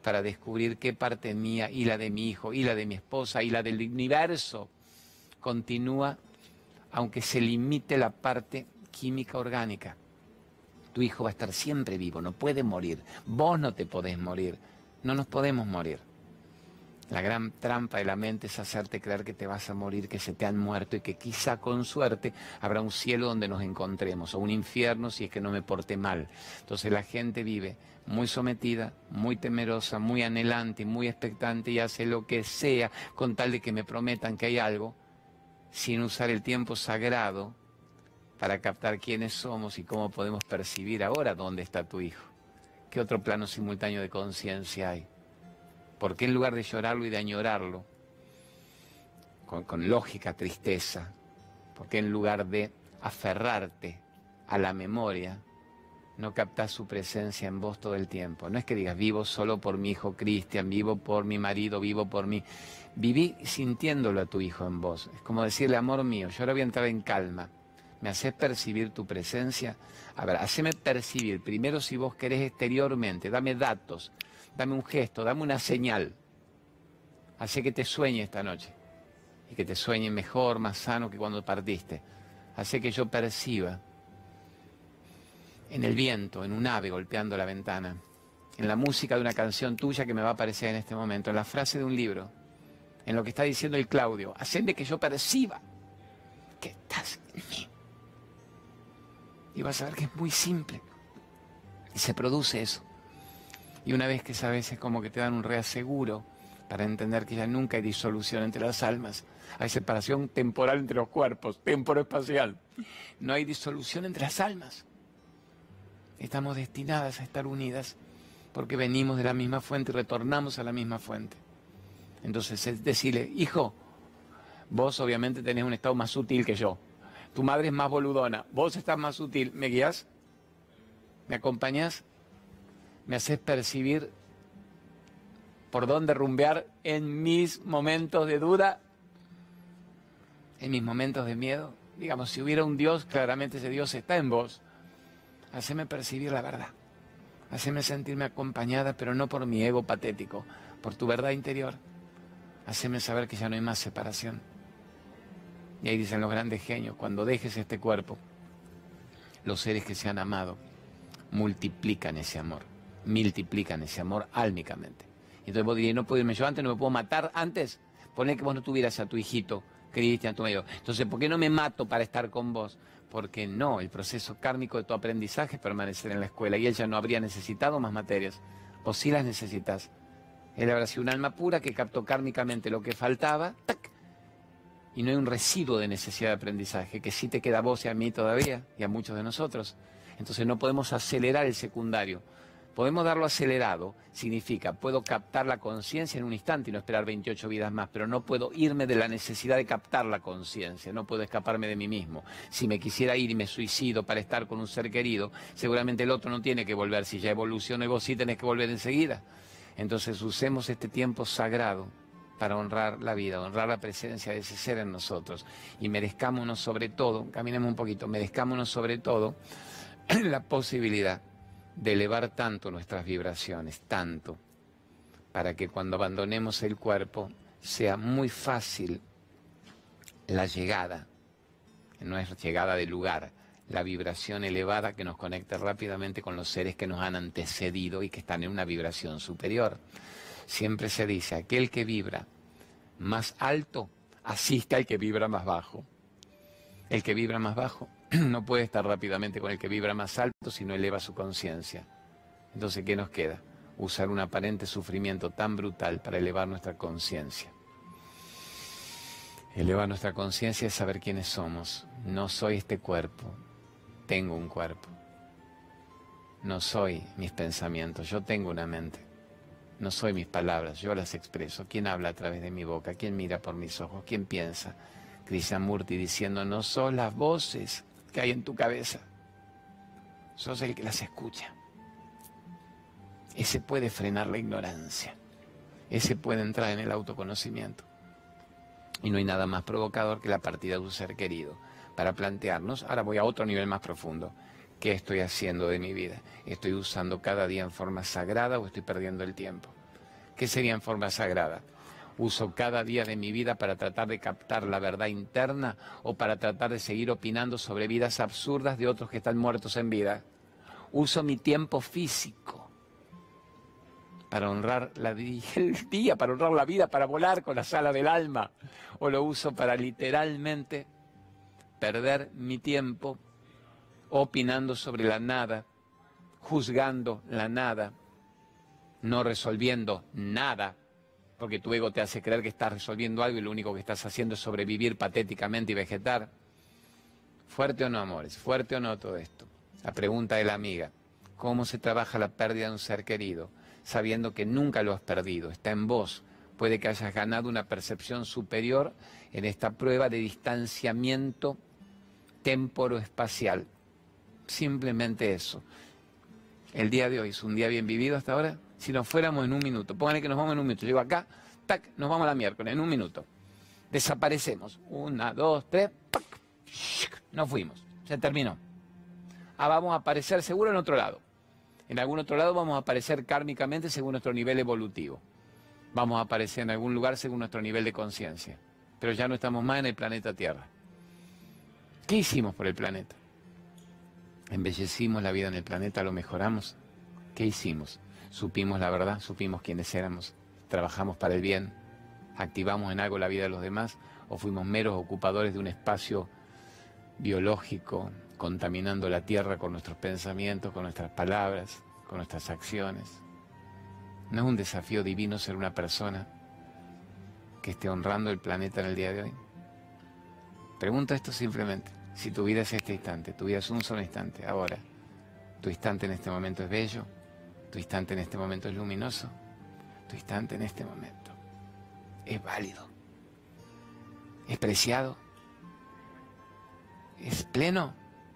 S2: para descubrir qué parte mía y la de mi hijo y la de mi esposa y la del universo continúa, aunque se limite la parte química orgánica. Tu hijo va a estar siempre vivo, no puede morir. Vos no te podés morir, no nos podemos morir. La gran trampa de la mente es hacerte creer que te vas a morir, que se te han muerto y que quizá con suerte habrá un cielo donde nos encontremos o un infierno si es que no me porté mal. Entonces la gente vive muy sometida, muy temerosa, muy anhelante y muy expectante y hace lo que sea con tal de que me prometan que hay algo, sin usar el tiempo sagrado para captar quiénes somos y cómo podemos percibir ahora dónde está tu hijo. ¿Qué otro plano simultáneo de conciencia hay? ¿Por qué en lugar de llorarlo y de añorarlo, con, con lógica tristeza, por qué en lugar de aferrarte a la memoria, no captás su presencia en vos todo el tiempo? No es que digas, vivo solo por mi hijo Cristian, vivo por mi marido, vivo por mí. Viví sintiéndolo a tu hijo en vos. Es como decirle, amor mío, yo ahora voy a entrar en calma. ¿Me haces percibir tu presencia? A ver, haceme percibir, primero si vos querés exteriormente, dame datos. Dame un gesto, dame una señal. Hace que te sueñe esta noche. Y que te sueñe mejor, más sano que cuando partiste. Hace que yo perciba en el viento, en un ave golpeando la ventana, en la música de una canción tuya que me va a aparecer en este momento, en la frase de un libro, en lo que está diciendo el Claudio. Haceme que yo perciba que estás en mí. Y vas a ver que es muy simple. Y se produce eso. Y una vez que sabes, es como que te dan un reaseguro para entender que ya nunca hay disolución entre las almas. Hay separación temporal entre los cuerpos, temporoespacial. No hay disolución entre las almas. Estamos destinadas a estar unidas porque venimos de la misma fuente y retornamos a la misma fuente. Entonces es decirle, hijo, vos obviamente tenés un estado más sutil que yo. Tu madre es más boludona, vos estás más sutil. ¿Me guías? ¿Me acompañás? ¿Me haces percibir por dónde rumbear en mis momentos de duda? En mis momentos de miedo. Digamos, si hubiera un Dios, claramente ese Dios está en vos. Haceme percibir la verdad. Haceme sentirme acompañada, pero no por mi ego patético, por tu verdad interior. Haceme saber que ya no hay más separación. Y ahí dicen los grandes genios, cuando dejes este cuerpo, los seres que se han amado multiplican ese amor. Multiplican ese amor álmicamente. Entonces vos dirías, no puedo irme yo antes, no me puedo matar antes. Poné que vos no tuvieras a tu hijito, Cristian, tu medio. Entonces, ¿por qué no me mato para estar con vos? Porque no, el proceso kármico de tu aprendizaje es permanecer en la escuela y él ya no habría necesitado más materias. Vos sí las necesitas. Él habrá sido un alma pura que captó kármicamente lo que faltaba, ¡tac! Y no hay un residuo de necesidad de aprendizaje, que sí te queda a vos y a mí todavía, y a muchos de nosotros. Entonces no podemos acelerar el secundario. Podemos darlo acelerado, significa, puedo captar la conciencia en un instante y no esperar veintiocho vidas más, pero no puedo irme de la necesidad de captar la conciencia, no puedo escaparme de mí mismo. Si me quisiera ir y me suicido para estar con un ser querido, seguramente el otro no tiene que volver, si ya evolucionó y vos sí tenés que volver enseguida. Entonces usemos este tiempo sagrado para honrar la vida, honrar la presencia de ese ser en nosotros y merezcámonos sobre todo, caminemos un poquito, merezcámonos sobre todo la posibilidad de elevar tanto nuestras vibraciones, tanto, para que cuando abandonemos el cuerpo sea muy fácil la llegada, no es llegada de lugar, la vibración elevada que nos conecta rápidamente con los seres que nos han antecedido y que están en una vibración superior. Siempre se dice, aquel que vibra más alto asiste al que vibra más bajo. El que vibra más bajo no puede estar rápidamente con el que vibra más alto si no eleva su conciencia. Entonces, ¿qué nos queda? Usar un aparente sufrimiento tan brutal para elevar nuestra conciencia. Elevar nuestra conciencia es saber quiénes somos. No soy este cuerpo, tengo un cuerpo. No soy mis pensamientos, yo tengo una mente. No soy mis palabras, yo las expreso. ¿Quién habla a través de mi boca? ¿Quién mira por mis ojos? ¿Quién piensa? Krishnamurti diciendo, no son las voces que hay en tu cabeza, sos el que las escucha. Ese puede frenar la ignorancia, ese puede entrar en el autoconocimiento. Y no hay nada más provocador que la partida de un ser querido para plantearnos, ahora voy a otro nivel más profundo, ¿qué estoy haciendo de mi vida? ¿Estoy usando cada día en forma sagrada o estoy perdiendo el tiempo? ¿Qué sería en forma sagrada? ¿Uso cada día de mi vida para tratar de captar la verdad interna o para tratar de seguir opinando sobre vidas absurdas de otros que están muertos en vida? ¿Uso mi tiempo físico para honrar la di- el día, para honrar la vida, para volar con las alas del alma? ¿O lo uso para literalmente perder mi tiempo opinando sobre la nada, juzgando la nada, no resolviendo nada? Porque tu ego te hace creer que estás resolviendo algo y lo único que estás haciendo es sobrevivir patéticamente y vegetar. ¿Fuerte o no, amores? ¿Fuerte o no todo esto? La pregunta de la amiga. ¿Cómo se trabaja la pérdida de un ser querido? Sabiendo que nunca lo has perdido, está en vos. Puede que hayas ganado una percepción superior en esta prueba de distanciamiento temporoespacial. Simplemente eso. El día de hoy es un día bien vivido hasta ahora. Si nos fuéramos en un minuto, pónganle que nos vamos en un minuto. Llego acá, tac, nos vamos a la miércoles, en un minuto. Desaparecemos. Una, dos, tres, tac, nos fuimos. Se terminó. Ah, vamos a aparecer seguro en otro lado. En algún otro lado vamos a aparecer kármicamente según nuestro nivel evolutivo. Vamos a aparecer en algún lugar según nuestro nivel de conciencia. Pero ya no estamos más en el planeta Tierra. ¿Qué hicimos por el planeta? ¿Embellecimos la vida en el planeta? ¿Lo mejoramos? ¿Qué hicimos? ¿Supimos la verdad? ¿Supimos quiénes éramos? ¿Trabajamos para el bien? ¿Activamos en algo la vida de los demás? ¿O fuimos meros ocupadores de un espacio biológico, contaminando la tierra con nuestros pensamientos, con nuestras palabras, con nuestras acciones? ¿No es un desafío divino ser una persona que esté honrando el planeta en el día de hoy? Pregunta esto simplemente. Si tu vida es este instante, tu vida es un solo instante, ahora, tu instante en este momento es bello, tu instante en este momento es luminoso, tu instante en este momento es válido, es preciado, es pleno,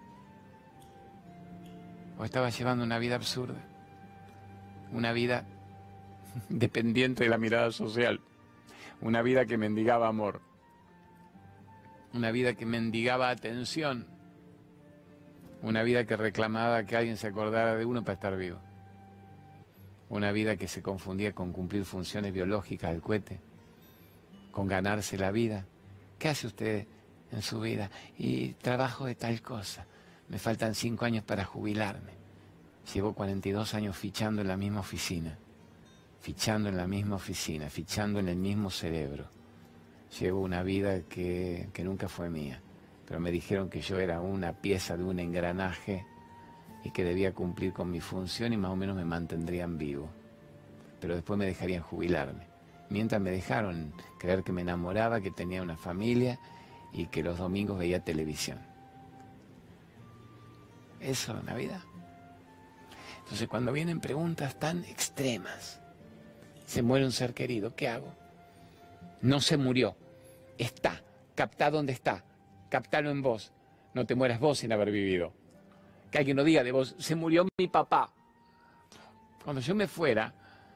S2: o estabas llevando una vida absurda, una vida dependiente de la mirada social, una vida que mendigaba amor, una vida que mendigaba atención, una vida que reclamaba que alguien se acordara de uno para estar vivo, una vida que se confundía con cumplir funciones biológicas del cohete, con ganarse la vida. ¿Qué hace usted en su vida? Y trabajo de tal cosa, me faltan cinco años para jubilarme. Llevo cuarenta y dos años fichando en la misma oficina, fichando en la misma oficina, fichando en el mismo cerebro. Llevo una vida que, que nunca fue mía, pero me dijeron que yo era una pieza de un engranaje y que debía cumplir con mi función y más o menos me mantendrían vivo. Pero después me dejarían jubilarme. Mientras me dejaron creer que me enamoraba, que tenía una familia y que los domingos veía televisión. Eso es la vida. Entonces cuando vienen preguntas tan extremas, se muere un ser querido, ¿qué hago? No se murió, está, captá dónde está, captalo en vos, no te mueras vos sin haber vivido. Que alguien no diga de vos, se murió mi papá. Cuando yo me fuera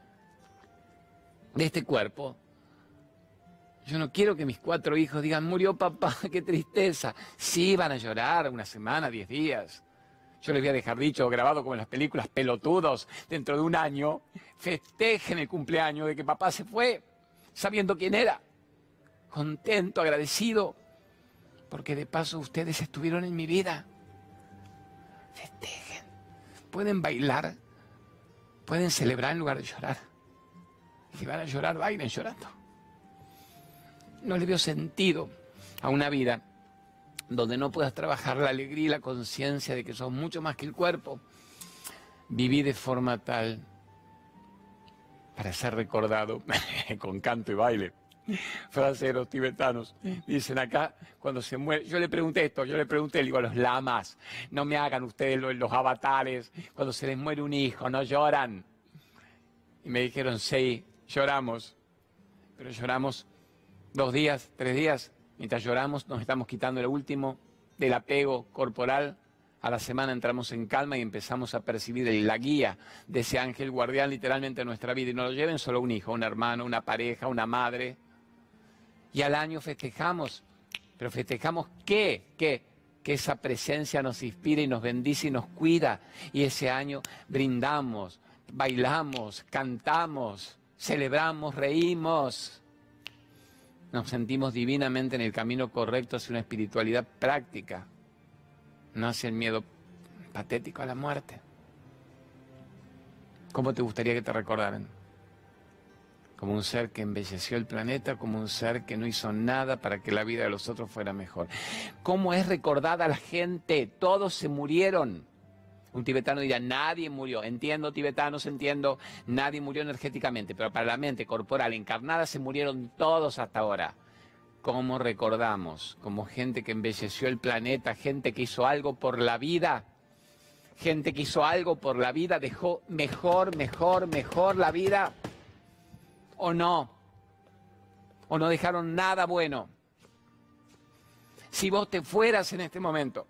S2: de este cuerpo, yo no quiero que mis cuatro hijos digan, murió papá, qué tristeza. Sí, van a llorar una semana, diez días. Yo les voy a dejar dicho, grabado como en las películas pelotudos, dentro de un año, festejen el cumpleaños de que papá se fue, sabiendo quién era, contento, agradecido, porque de paso ustedes estuvieron en mi vida. Festejen, pueden bailar, pueden celebrar en lugar de llorar. Si van a llorar, bailen llorando. No le veo sentido a una vida donde no puedas trabajar la alegría y la conciencia de que sos mucho más que el cuerpo. Viví de forma tal para ser recordado con canto y baile. Frase de los tibetanos. Dicen acá, cuando se muere, yo le pregunté esto, yo le pregunté, le digo a los lamas, no me hagan ustedes los, los avatares, cuando se les muere un hijo, ¿no lloran? Y me dijeron, sí, lloramos, pero lloramos dos días, tres días, mientras lloramos nos estamos quitando el último del apego corporal. A la semana entramos en calma y empezamos a percibir la guía de ese ángel guardián literalmente en nuestra vida. Y no lo lleven solo un hijo, un hermano, una pareja, una madre. Y al año festejamos. Pero festejamos ¿qué? ¿Qué? Que esa presencia nos inspira y nos bendice y nos cuida. Y ese año brindamos, bailamos, cantamos, celebramos, reímos. Nos sentimos divinamente en el camino correcto hacia una espiritualidad práctica, no hacia el miedo patético a la muerte. ¿Cómo te gustaría que te recordaran? Como un ser que embelleció el planeta, como un ser que no hizo nada para que la vida de los otros fuera mejor. ¿Cómo es recordada la gente? Todos se murieron. Un tibetano dirá, nadie murió. Entiendo, tibetanos, entiendo, nadie murió energéticamente, pero para la mente corporal encarnada se murieron todos hasta ahora. ¿Cómo recordamos? Como gente que embelleció el planeta, gente que hizo algo por la vida, gente que hizo algo por la vida, dejó mejor, mejor, mejor la vida. ¿O no? ¿O no dejaron nada bueno? Si vos te fueras en este momento,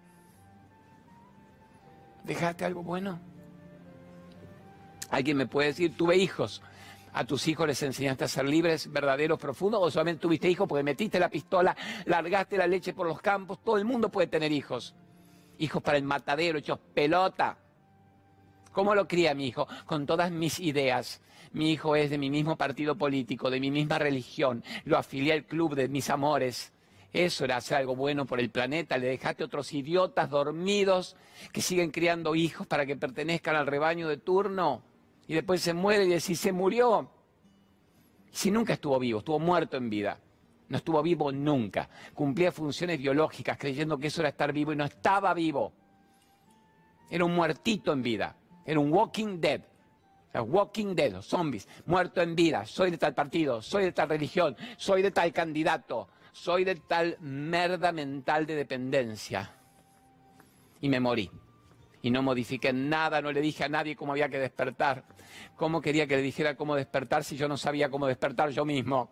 S2: ¿dejaste algo bueno? ¿Alguien me puede decir, tuve hijos? ¿A tus hijos les enseñaste a ser libres, verdaderos, profundos? ¿O solamente tuviste hijos porque metiste la pistola, largaste la leche por los campos? Todo el mundo puede tener hijos. Hijos para el matadero, hechos pelota. ¿Cómo lo cría mi hijo? Con todas mis ideas. Mi hijo es de mi mismo partido político, de mi misma religión. Lo afilié al club de mis amores. Eso era hacer algo bueno por el planeta. Le dejaste a otros idiotas dormidos que siguen criando hijos para que pertenezcan al rebaño de turno. Y después se muere y decís, se murió. Si nunca estuvo vivo, estuvo muerto en vida. No estuvo vivo nunca. Cumplía funciones biológicas creyendo que eso era estar vivo y no estaba vivo. Era un muertito en vida. Era un walking dead. O sea, walking dead, los zombies. Muerto en vida. Soy de tal partido, soy de tal religión, soy de tal candidato, soy de tal merda mental de dependencia. Y me morí. Y no modifiqué nada, no le dije a nadie cómo había que despertar. ¿Cómo quería que le dijera cómo despertar si yo no sabía cómo despertar yo mismo?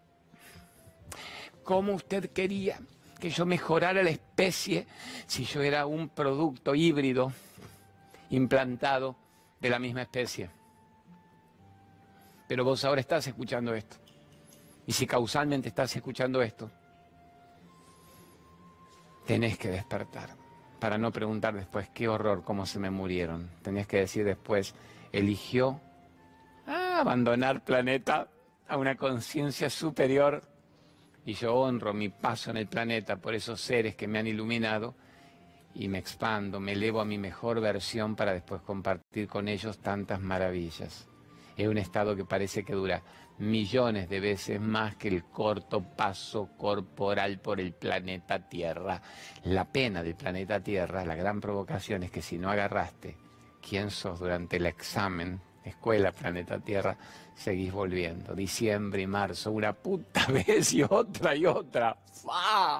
S2: ¿Cómo usted quería que yo mejorara la especie si yo era un producto híbrido implantado de la misma especie? Pero vos ahora estás escuchando esto. Y si causalmente estás escuchando esto, tenés que despertar. Para no preguntar después, qué horror, cómo se me murieron. Tenés que decir después, eligió ah, abandonar planeta a una conciencia superior. Y yo honro mi paso en el planeta por esos seres que me han iluminado y me expando, me elevo a mi mejor versión para después compartir con ellos tantas maravillas. Es un estado que parece que dura millones de veces más que el corto paso corporal por el planeta Tierra. La pena del planeta Tierra, la gran provocación es que si no agarraste quién sos durante el examen, escuela planeta Tierra, seguís volviendo. Diciembre y marzo, una puta vez y otra y otra. ¡Fua!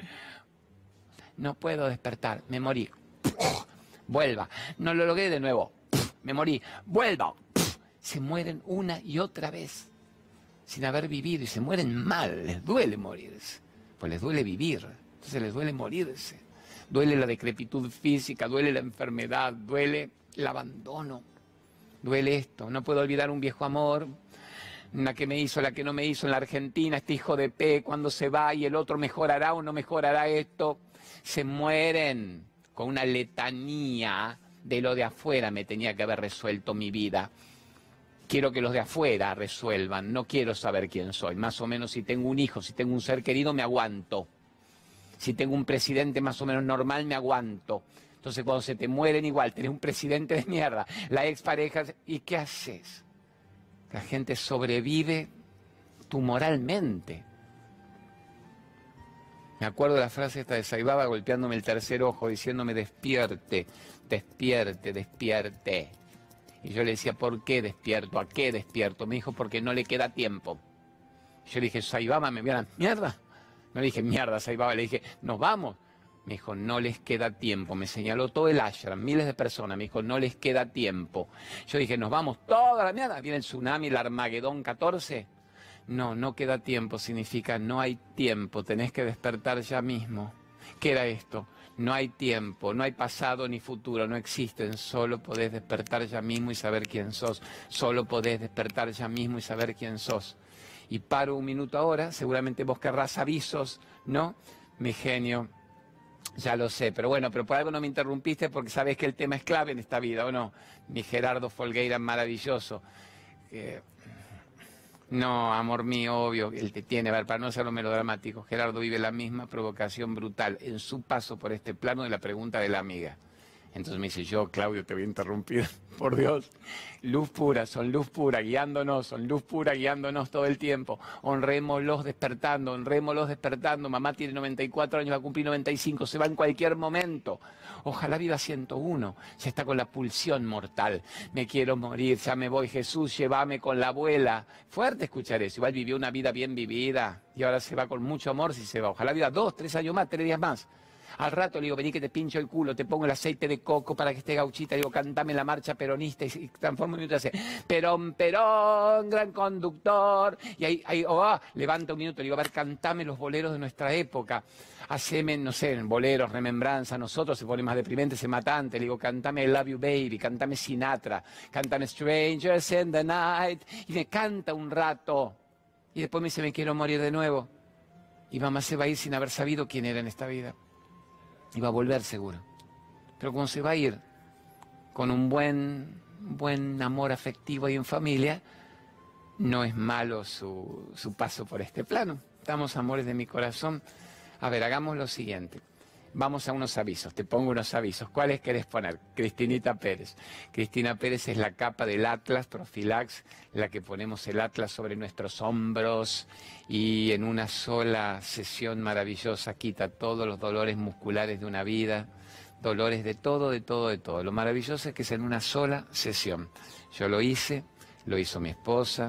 S2: No puedo despertar, me morí. Vuelva, no lo logré de nuevo. Me morí, vuelva. Se mueren una y otra vez, sin haber vivido, y se mueren mal, les duele morirse, pues les duele vivir, entonces les duele morirse. Duele la decrepitud física, duele la enfermedad, duele el abandono, duele esto. No puedo olvidar un viejo amor, la que me hizo, la que no me hizo en la Argentina, este hijo de P, cuando se va y el otro mejorará o no mejorará esto. Se mueren con una letanía de lo de afuera, me tenía que haber resuelto mi vida. Quiero que los de afuera resuelvan, no quiero saber quién soy. Más o menos si tengo un hijo, si tengo un ser querido, me aguanto. Si tengo un presidente más o menos normal, me aguanto. Entonces cuando se te mueren igual, tenés un presidente de mierda, la expareja, ¿y qué haces? La gente sobrevive tumoralmente. Me acuerdo de la frase esta de Saibaba golpeándome el tercer ojo, diciéndome despierte, despierte, despierte. Y yo le decía, ¿por qué despierto? ¿A qué despierto? Me dijo, porque no le queda tiempo. Yo le dije, Saibaba, ¿me vieron? ¿Mierda? No le dije, mierda, Saibaba, le dije, ¿nos vamos? Me dijo, no les queda tiempo. Me señaló todo el ashram, miles de personas. Me dijo, no les queda tiempo. Yo dije, ¿nos vamos toda la mierda? ¿Viene el tsunami, el Armagedón catorce? No, no queda tiempo. Significa, no hay tiempo. Tenés que despertar ya mismo. ¿Qué era esto? No hay tiempo, no hay pasado ni futuro, no existen. Solo podés despertar ya mismo y saber quién sos. Solo podés despertar ya mismo y saber quién sos. Y paro un minuto ahora, seguramente vos querrás avisos, ¿no? Mi genio, ya lo sé, pero bueno, pero por algo no me interrumpiste porque sabés que el tema es clave en esta vida, ¿o no? Mi Gerardo Folgueira maravilloso. Eh, No, amor mío, obvio, él te tiene, a ver, para no hacerlo melodramático, Gerardo vive la misma provocación brutal en su paso por este plano de la pregunta de la amiga. Entonces me dice, yo, Claudio, te voy a interrumpir, por Dios. Luz pura, son luz pura, guiándonos, son luz pura, guiándonos todo el tiempo. Honrémoslos despertando, honrémoslos despertando. Mamá tiene noventa y cuatro años, va a cumplir noventa y cinco, se va en cualquier momento. Ojalá viva ciento uno, ya está con la pulsión mortal. Me quiero morir, ya me voy, Jesús, llévame con la abuela. Fuerte escuchar eso, igual vivió una vida bien vivida y ahora se va con mucho amor si se va. Ojalá viva dos, tres años más, tres días más. Al rato le digo, vení que te pincho el culo, te pongo el aceite de coco para que esté gauchita. Le digo, cantame la marcha peronista y transformo en un minuto así. Perón, Perón, gran conductor. Y ahí, ahí oh, ah, levanta un minuto, le digo, a ver, cantame los boleros de nuestra época. Haceme, no sé, boleros, remembranza. Nosotros se pone más deprimente, se matante. Le digo, cantame I Love You Baby, cantame Sinatra, cantame Strangers in the Night. Y me canta un rato. Y después me dice, me quiero morir de nuevo. Y mamá se va a ir sin haber sabido quién era en esta vida. Y va a volver seguro. Pero como se va a ir con un buen, buen amor afectivo y en familia, no es malo su, su paso por este plano. Estamos, amores de mi corazón. A ver, hagamos lo siguiente. Vamos a unos avisos. Te pongo unos avisos. ¿Cuáles querés poner? Cristinita Pérez. Cristina Pérez es la capa del Atlas Profilax, la que ponemos el Atlas sobre nuestros hombros y en una sola sesión maravillosa quita todos los dolores musculares de una vida, dolores de todo, de todo, de todo. Lo maravilloso es que es en una sola sesión. Yo lo hice, lo hizo mi esposa,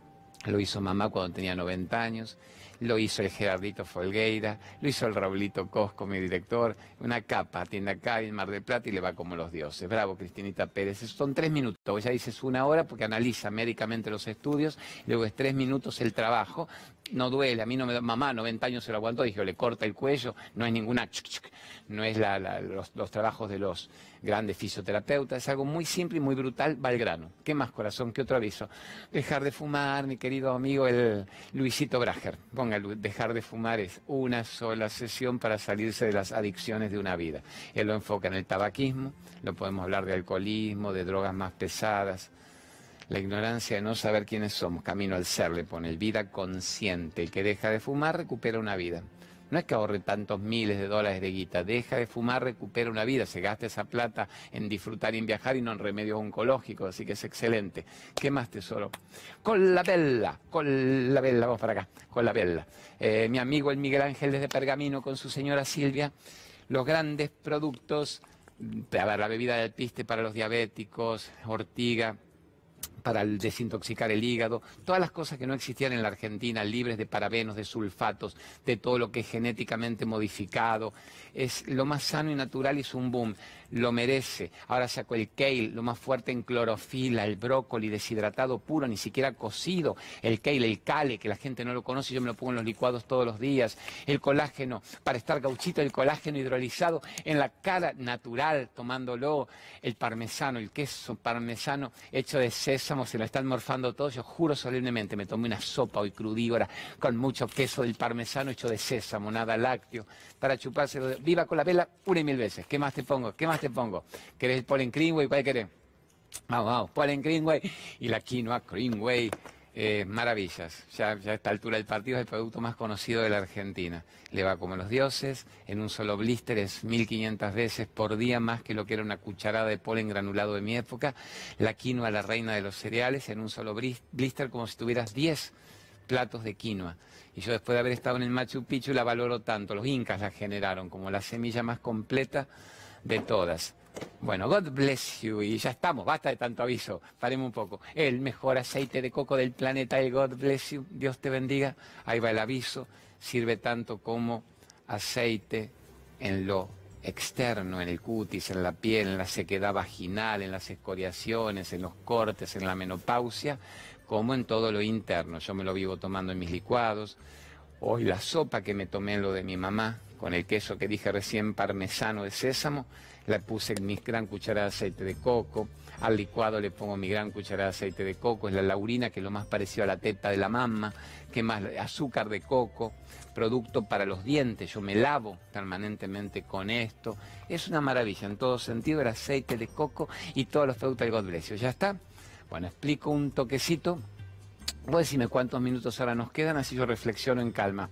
S2: lo hizo mamá cuando tenía noventa años, lo hizo el Gerardito Folgueira, lo hizo el Raulito Cosco, mi director, una capa, atiende acá en Mar del Plata y le va como los dioses. Bravo, Cristinita Pérez. Son tres minutos, ya dices una hora porque analiza médicamente los estudios, luego es tres minutos el trabajo. No duele, a mí no me da, mamá, noventa años se lo aguantó, dije, le corta el cuello, no es ninguna, chuc, chuc, no es la, la, los, los trabajos de los grandes fisioterapeutas, es algo muy simple y muy brutal, va al grano. ¿Qué más, corazón? ¿Qué otro aviso? Dejar de fumar, mi querido amigo, el Luisito Brager. Ponga, dejar de fumar es una sola sesión para salirse de las adicciones de una vida. Él lo enfoca en el tabaquismo, lo podemos hablar de alcoholismo, de drogas más pesadas. La ignorancia de no saber quiénes somos, camino al ser, le pone el vida consciente. El que deja de fumar recupera una vida. No es que ahorre tantos miles de dólares de guita, deja de fumar, recupera una vida, se gasta esa plata en disfrutar y en viajar y no en remedios oncológicos, así que es excelente. ¿Qué más, tesoro? Con la Bella, con la Bella, vamos para acá, con la Bella. Eh, mi amigo el Miguel Ángel desde Pergamino con su señora Silvia, los grandes productos, a ver, la bebida del piste para los diabéticos, ortiga, para el desintoxicar el hígado, todas las cosas que no existían en la Argentina, libres de parabenos, de sulfatos, de todo lo que es genéticamente modificado, es lo más sano y natural y es un boom, lo merece. Ahora sacó el kale, lo más fuerte en clorofila, el brócoli deshidratado puro, ni siquiera cocido, el kale, el kale, que la gente no lo conoce, yo me lo pongo en los licuados todos los días, el colágeno, para estar gauchito, el colágeno hidrolizado en la cara natural, tomándolo, el parmesano, el queso parmesano hecho de sésamo, se lo están morfando todos, yo juro solemnemente, me tomé una sopa hoy crudívora con mucho queso del parmesano hecho de sésamo, nada lácteo, para chupárselo. Viva con la Bella una y mil veces. ¿Qué más te pongo? ¿Qué más te pongo? ¿Querés el polen Greenway? ¿Cuál querés? Vamos, vamos, polen Greenway y la quinoa Greenway. Eh, maravillas, ya, ya a esta altura del partido es el producto más conocido de la Argentina. Le va como los dioses, en un solo blister es mil quinientas veces por día más que lo que era una cucharada de polen granulado de mi época. La quinoa, la reina de los cereales, en un solo blister como si tuvieras diez platos de quinoa. Y yo después de haber estado en el Machu Picchu la valoro tanto, los incas la generaron como la semilla más completa de todas. Bueno, God bless you, y ya estamos, basta de tanto aviso, paremos un poco. El mejor aceite de coco del planeta, el God bless you, Dios te bendiga. Ahí va el aviso, sirve tanto como aceite en lo externo, en el cutis, en la piel, en la sequedad vaginal, en las escoriaciones, en los cortes, en la menopausia, como en todo lo interno. Yo me lo vivo tomando en mis licuados. Hoy la sopa que me tomé en lo de mi mamá, con el queso que dije recién, parmesano de sésamo, le puse mi gran cucharada de aceite de coco, al licuado le pongo mi gran cucharada de aceite de coco, es la laurina, que es lo más parecido a la teta de la mamá, que más azúcar de coco, producto para los dientes, yo me lavo permanentemente con esto, es una maravilla en todo sentido, el aceite de coco y todos los productos del God Bless You. ¿Ya está? Bueno, explico un toquecito Vos decime cuántos minutos ahora nos quedan, así yo reflexiono en calma.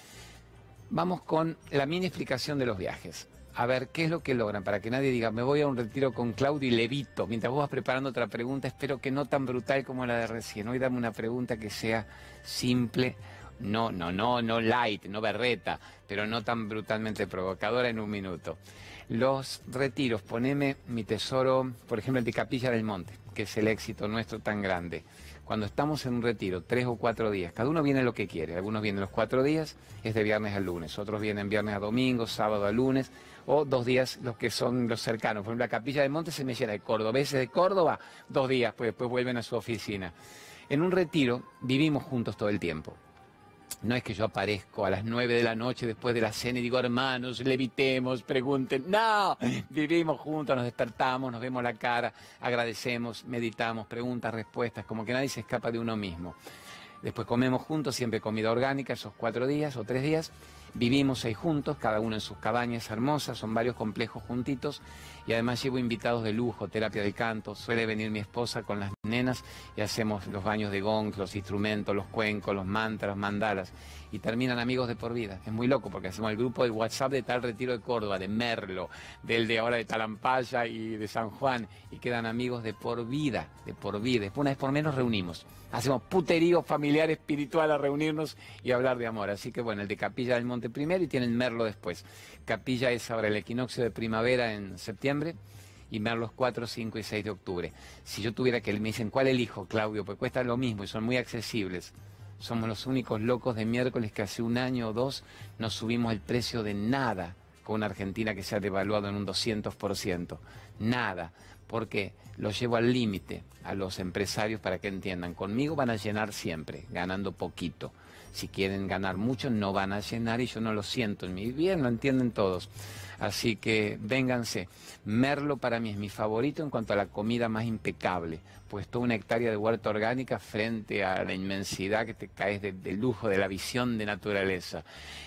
S2: Vamos con la mini explicación de los viajes. A ver, ¿qué es lo que logran? Para que nadie diga, me voy a un retiro con Claudio y levito. Mientras vos vas preparando otra pregunta, espero que no tan brutal como la de recién. Hoy dame una pregunta que sea simple, no, no, no, no light, no berreta, pero no tan brutalmente provocadora en un minuto. Los retiros, poneme mi tesoro, por ejemplo, el de Capilla del Monte, que es el éxito nuestro tan grande. Cuando estamos en un retiro, tres o cuatro días, cada uno viene lo que quiere. Algunos vienen los cuatro días, es de viernes al lunes. Otros vienen viernes a domingo, sábado a lunes, o dos días los que son los cercanos. Por ejemplo, la Capilla del Monte se me llena de cordobeses de Córdoba, dos días, pues después vuelven a su oficina. En un retiro vivimos juntos todo el tiempo. No es que yo aparezco a las nueve de la noche después de la cena y digo, hermanos, levitemos, pregunten. No, vivimos juntos, nos despertamos, nos vemos la cara, agradecemos, meditamos, preguntas, respuestas, como que nadie se escapa de uno mismo. Después comemos juntos, siempre comida orgánica, esos cuatro días o tres días. Vivimos ahí juntos, cada uno en sus cabañas hermosas, son varios complejos juntitos. Y además llevo invitados de lujo, terapia del canto. Suele venir mi esposa con las nenas y hacemos los baños de gong, los instrumentos, los cuencos, los mantras, mandalas. Y terminan amigos de por vida. Es muy loco porque hacemos el grupo del WhatsApp de tal retiro de Córdoba, de Merlo, del de ahora de Talampaya y de San Juan. Y quedan amigos de por vida, de por vida. Después una vez por menos reunimos. Hacemos puterío familiar, espiritual a reunirnos y hablar de amor. Así que bueno, el de Capilla del Monte primero y tienen Merlo después. Capilla es ahora el equinoccio de primavera en septiembre y Merlos cuatro, cinco y seis de octubre. Si yo tuviera que, me dicen, ¿cuál elijo, Claudio? Pues cuesta lo mismo y son muy accesibles. Somos los únicos locos de miércoles que hace un año o dos nos subimos el precio de nada con una Argentina que se ha devaluado en un doscientos por ciento. Nada. Porque los llevo al límite a los empresarios para que entiendan. Conmigo van a llenar siempre, ganando poquito. Si quieren ganar mucho, no van a llenar y yo no lo siento en mi bien, lo entienden todos. Así que vénganse. Merlo para mí es mi favorito en cuanto a la comida más impecable. Pues toda una hectárea de huerta orgánica frente a la inmensidad que te caes de, de lujo, de la visión de naturaleza.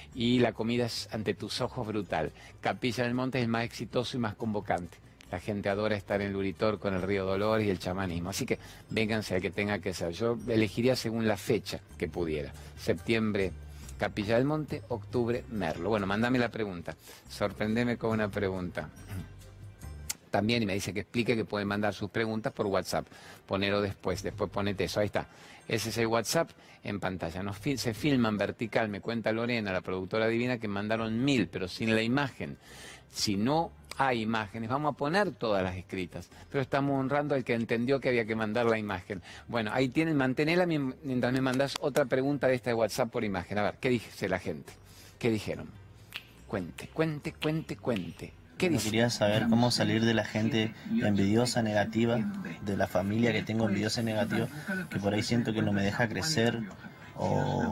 S2: Y la comida es ante tus ojos brutal. Capilla del Monte es el más exitoso y más convocante. La gente adora estar en Luritor con el río Dolores y el chamanismo. Así que vénganse al que tenga que ser. Yo elegiría según la fecha que pudiera. Septiembre, Capilla del Monte, octubre, Merlo. Bueno, mándame la pregunta. Sorprendeme con una pregunta. También, y me dice que explique que pueden mandar sus preguntas por WhatsApp. Ponelo después, después ponete eso. Ahí está. Ese es el WhatsApp en pantalla. Nos fil se filman vertical, me cuenta Lorena, la productora divina, que mandaron mil, pero sin la imagen. Si no hay imágenes, vamos a poner todas las escritas, pero estamos honrando al que entendió que había que mandar la imagen. Bueno, ahí tienen, mantenela mientras me mandás otra pregunta de esta de WhatsApp por imagen. A ver, ¿qué dice la gente? ¿Qué dijeron? Cuente, cuente, cuente, cuente. ¿Qué dice?
S5: Quería saber cómo salir de la gente envidiosa, negativa, de la familia que tengo envidiosa y negativa, que por ahí siento que no me deja crecer o...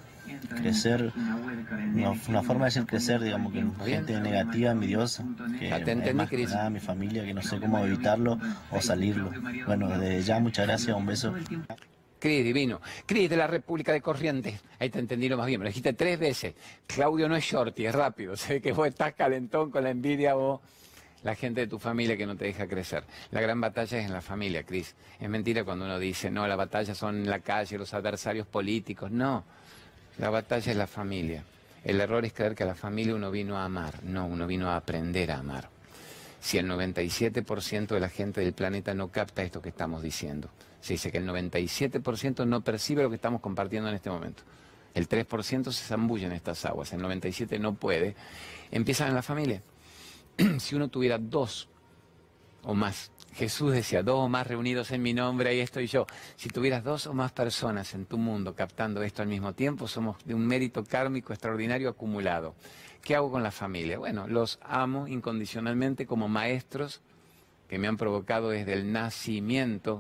S5: crecer, una, una forma de decir crecer, digamos, que gente negativa, envidiosa, que
S2: ya te entendí,
S5: es más que nada mi familia, que no sé cómo evitarlo o salirlo. Bueno, desde ya, muchas gracias, un beso.
S2: Cris, divino. Cris de la República de Corrientes. Ahí te entendí lo más bien, me lo dijiste tres veces. Claudio no es shorty, es rápido. Se ve que vos estás calentón con la envidia vos. La gente de tu familia que no te deja crecer. La gran batalla es en la familia, Cris. Es mentira cuando uno dice, no, la batalla son en la calle, los adversarios políticos. No. La batalla es la familia. El error es creer que a la familia uno vino a amar. No, uno vino a aprender a amar. Si el noventa y siete por ciento de la gente del planeta no capta esto que estamos diciendo. Se dice que el noventa y siete por ciento no percibe lo que estamos compartiendo en este momento. El tres por ciento se zambulle en estas aguas. El noventa y siete por ciento no puede. Empiezan en la familia. Si uno tuviera dos o más, Jesús decía, dos o más reunidos en mi nombre, ahí estoy yo. Si tuvieras dos o más personas en tu mundo captando esto al mismo tiempo, somos de un mérito kármico extraordinario acumulado. ¿Qué hago con la familia? Bueno, los amo incondicionalmente como maestros que me han provocado desde el nacimiento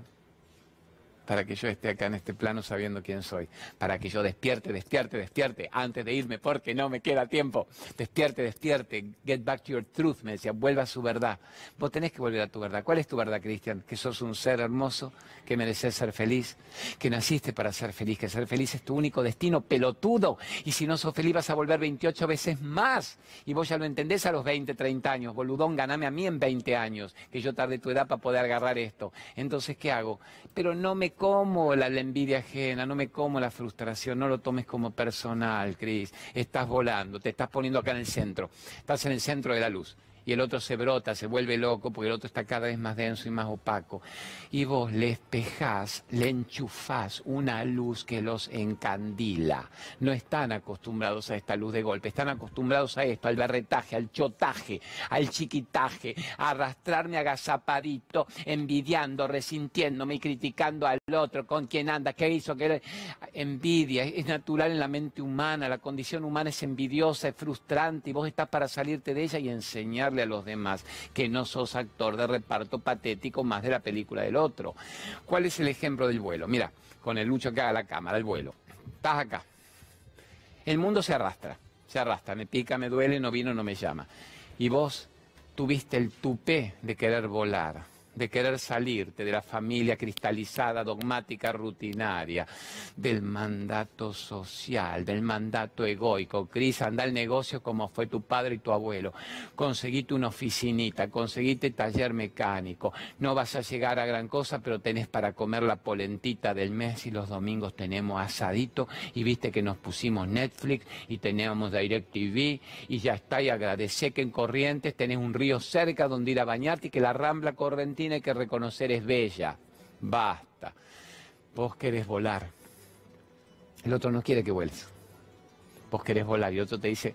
S2: para que yo esté acá en este plano sabiendo quién soy, para que yo despierte, despierte, despierte, antes de irme porque no me queda tiempo, despierte, despierte, get back to your truth, me decía, vuelva a su verdad. Vos tenés que volver a tu verdad. ¿Cuál es tu verdad, Cristian? Que sos un ser hermoso, que mereces ser feliz, que naciste para ser feliz, que ser feliz es tu único destino, pelotudo, y si no sos feliz vas a volver veintiocho veces más, y vos ya lo entendés a los veinte, treinta años, boludón, ganame a mí en veinte años, que yo tardé tu edad para poder agarrar esto. Entonces, ¿qué hago? Pero no me como la, la envidia ajena, no me como la frustración, no lo tomes como personal, Cris. Estás volando, te estás poniendo acá en el centro, estás en el centro de la luz. Y el otro se brota, se vuelve loco, porque el otro está cada vez más denso y más opaco. Y vos le espejás, le enchufás una luz que los encandila. No están acostumbrados a esta luz de golpe, están acostumbrados a esto, al berretaje, al chotaje, al chiquitaje, a arrastrarme agazapadito, envidiando, resintiéndome y criticando al otro, con quien anda, qué hizo, qué... Envidia, es natural en la mente humana, la condición humana es envidiosa, es frustrante, y vos estás para salirte de ella y enseñarle a los demás que no sos actor de reparto patético más de la película del otro. ¿Cuál es el ejemplo del vuelo? Mira, con el Lucho que haga la cámara, el vuelo. Estás acá. El mundo se arrastra, se arrastra, me pica, me duele, no vino, no me llama. Y vos tuviste el tupé de querer volar, de querer salirte de la familia cristalizada, dogmática, rutinaria, del mandato social, del mandato egoico. Cris, anda al negocio como fue tu padre y tu abuelo. Conseguiste una oficinita, conseguiste taller mecánico. No vas a llegar a gran cosa, pero tenés para comer la polentita del mes y los domingos tenemos asadito y viste que nos pusimos Netflix y teníamos DirecTV y ya está, y agradecé que en Corrientes tenés un río cerca donde ir a bañarte y que la Rambla Correntina hay que reconocer es bella. Basta. Vos querés volar. El otro no quiere que vueles. Vos querés volar y otro te dice,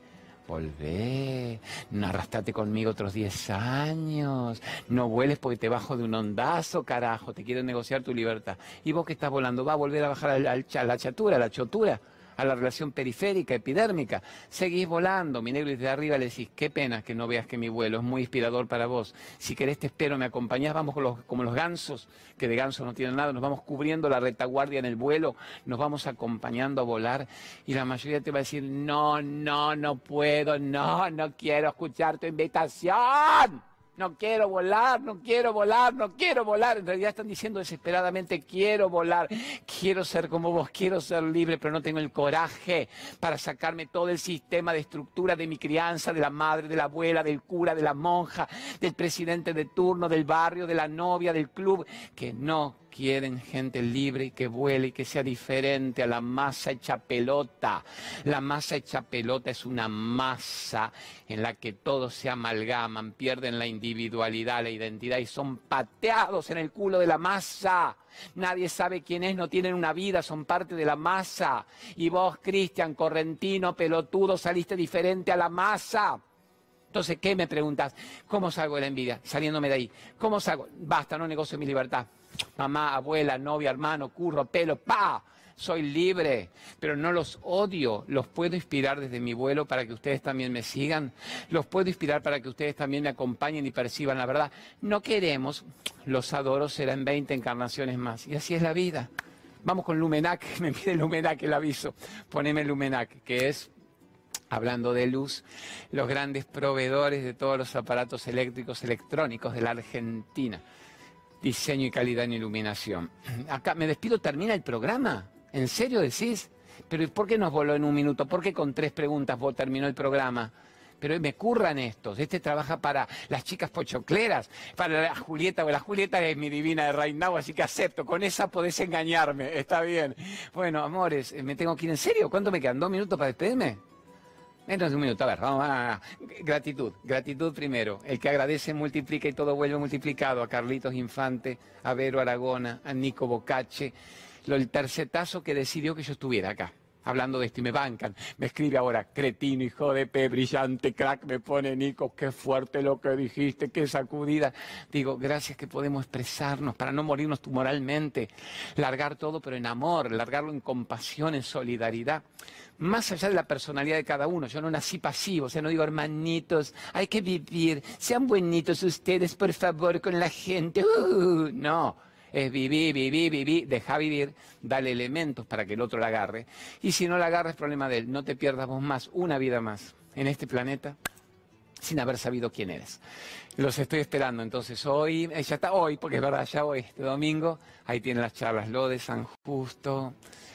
S2: volvé, no arrastrate conmigo otros diez años, no vueles porque te bajo de un ondazo, carajo, te quiero negociar tu libertad. Y vos que estás volando, va a volver a bajar a la, a la chatura, a la chotura, a la relación periférica, epidérmica. Seguís volando, mi negro, y desde arriba le decís, qué pena que no veas que mi vuelo es muy inspirador para vos. Si querés te espero, me acompañás, vamos con los, como los gansos, que de gansos no tienen nada, nos vamos cubriendo la retaguardia en el vuelo, nos vamos acompañando a volar, y la mayoría te va a decir, no, no, no puedo, no, no quiero escuchar tu invitación. No quiero volar, no quiero volar, no quiero volar. En realidad están diciendo desesperadamente, quiero volar, quiero ser como vos, quiero ser libre, pero no tengo el coraje para sacarme todo el sistema de estructura de mi crianza, de la madre, de la abuela, del cura, de la monja, del presidente de turno, del barrio, de la novia, del club, que no quieren gente libre y que vuele y que sea diferente a la masa hecha pelota. La masa hecha pelota es una masa en la que todos se amalgaman, pierden la individualidad, la identidad y son pateados en el culo de la masa. Nadie sabe quién es, no tienen una vida, son parte de la masa. Y vos, Cristian, correntino, pelotudo, saliste diferente a la masa. Entonces, ¿qué me preguntas? ¿Cómo salgo de la envidia? Saliéndome de ahí. ¿Cómo salgo? Basta, no negocio mi libertad. Mamá, abuela, novia, hermano, curro, pelo, ¡pa! Soy libre, pero no los odio. Los puedo inspirar desde mi vuelo para que ustedes también me sigan. Los puedo inspirar para que ustedes también me acompañen y perciban la verdad. No queremos, los adoro, serán veinte encarnaciones más. Y así es la vida. Vamos con Lumenac, me pide Lumenac el aviso. Poneme Lumenac, que es, hablando de luz, los grandes proveedores de todos los aparatos eléctricos, electrónicos de la Argentina. Diseño y calidad en iluminación. Acá, me despido, termina el programa. ¿En serio decís? Pero ¿por qué nos voló en un minuto? ¿Por qué con tres preguntas vos terminó el programa? Pero me curran estos. Este trabaja para las chicas pochocleras, para la Julieta, o la Julieta es mi divina de Right Now, así que acepto. Con esa podés engañarme, está bien. Bueno, amores, me tengo que ir. ¿En serio? ¿Cuánto me quedan? ¿Dos minutos para despedirme? Menos de un minuto, a ver, vamos a... Gratitud, gratitud primero. El que agradece multiplica y todo vuelve multiplicado. A Carlitos Infante, a Vero Aragona, a Nico Bocacce. Lo, el tercetazo que decidió que yo estuviera acá, hablando de esto, y me bancan. Me escribe ahora, cretino, hijo de pe, brillante, crack, me pone Nico, qué fuerte lo que dijiste, qué sacudida. Digo, gracias que podemos expresarnos para no morirnos moralmente. Largar todo, pero en amor, largarlo en compasión, en solidaridad. Más allá de la personalidad de cada uno, yo no nací pasivo, o sea, no digo, hermanitos, hay que vivir, sean buenitos ustedes, por favor, con la gente. Uh, no, es vivir, vivir, vivir, deja vivir, dale elementos para que el otro la agarre. Y si no la agarra, es problema de él. No te pierdas vos más, una vida más en este planeta, sin haber sabido quién eres. Los estoy esperando, entonces hoy, ya está hoy, porque es verdad, ya hoy, este domingo, ahí tienen las charlas, lo de San Justo,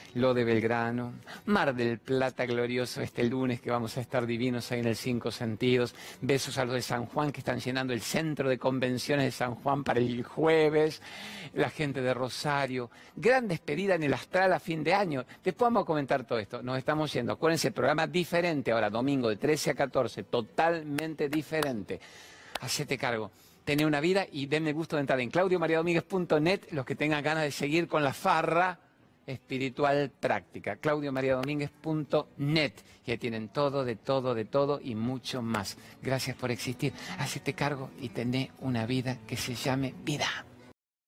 S2: lo de Belgrano, Mar del Plata glorioso este lunes que vamos a estar divinos ahí en el Cinco Sentidos, besos a los de San Juan que están llenando el centro de convenciones de San Juan para el jueves, la gente de Rosario, gran despedida en el Astral a fin de año. Después vamos a comentar todo esto, nos estamos yendo, acuérdense, programa diferente ahora, domingo de trece a catorce, totalmente diferente. Hacete cargo. Tener una vida y denme gusto de entrar en claudio maria domínguez punto net los que tengan ganas de seguir con la farra espiritual práctica. claudio maria domínguez punto net, que tienen todo, de todo, de todo y mucho más. Gracias por existir. Hacete cargo y tené una vida que se llame vida.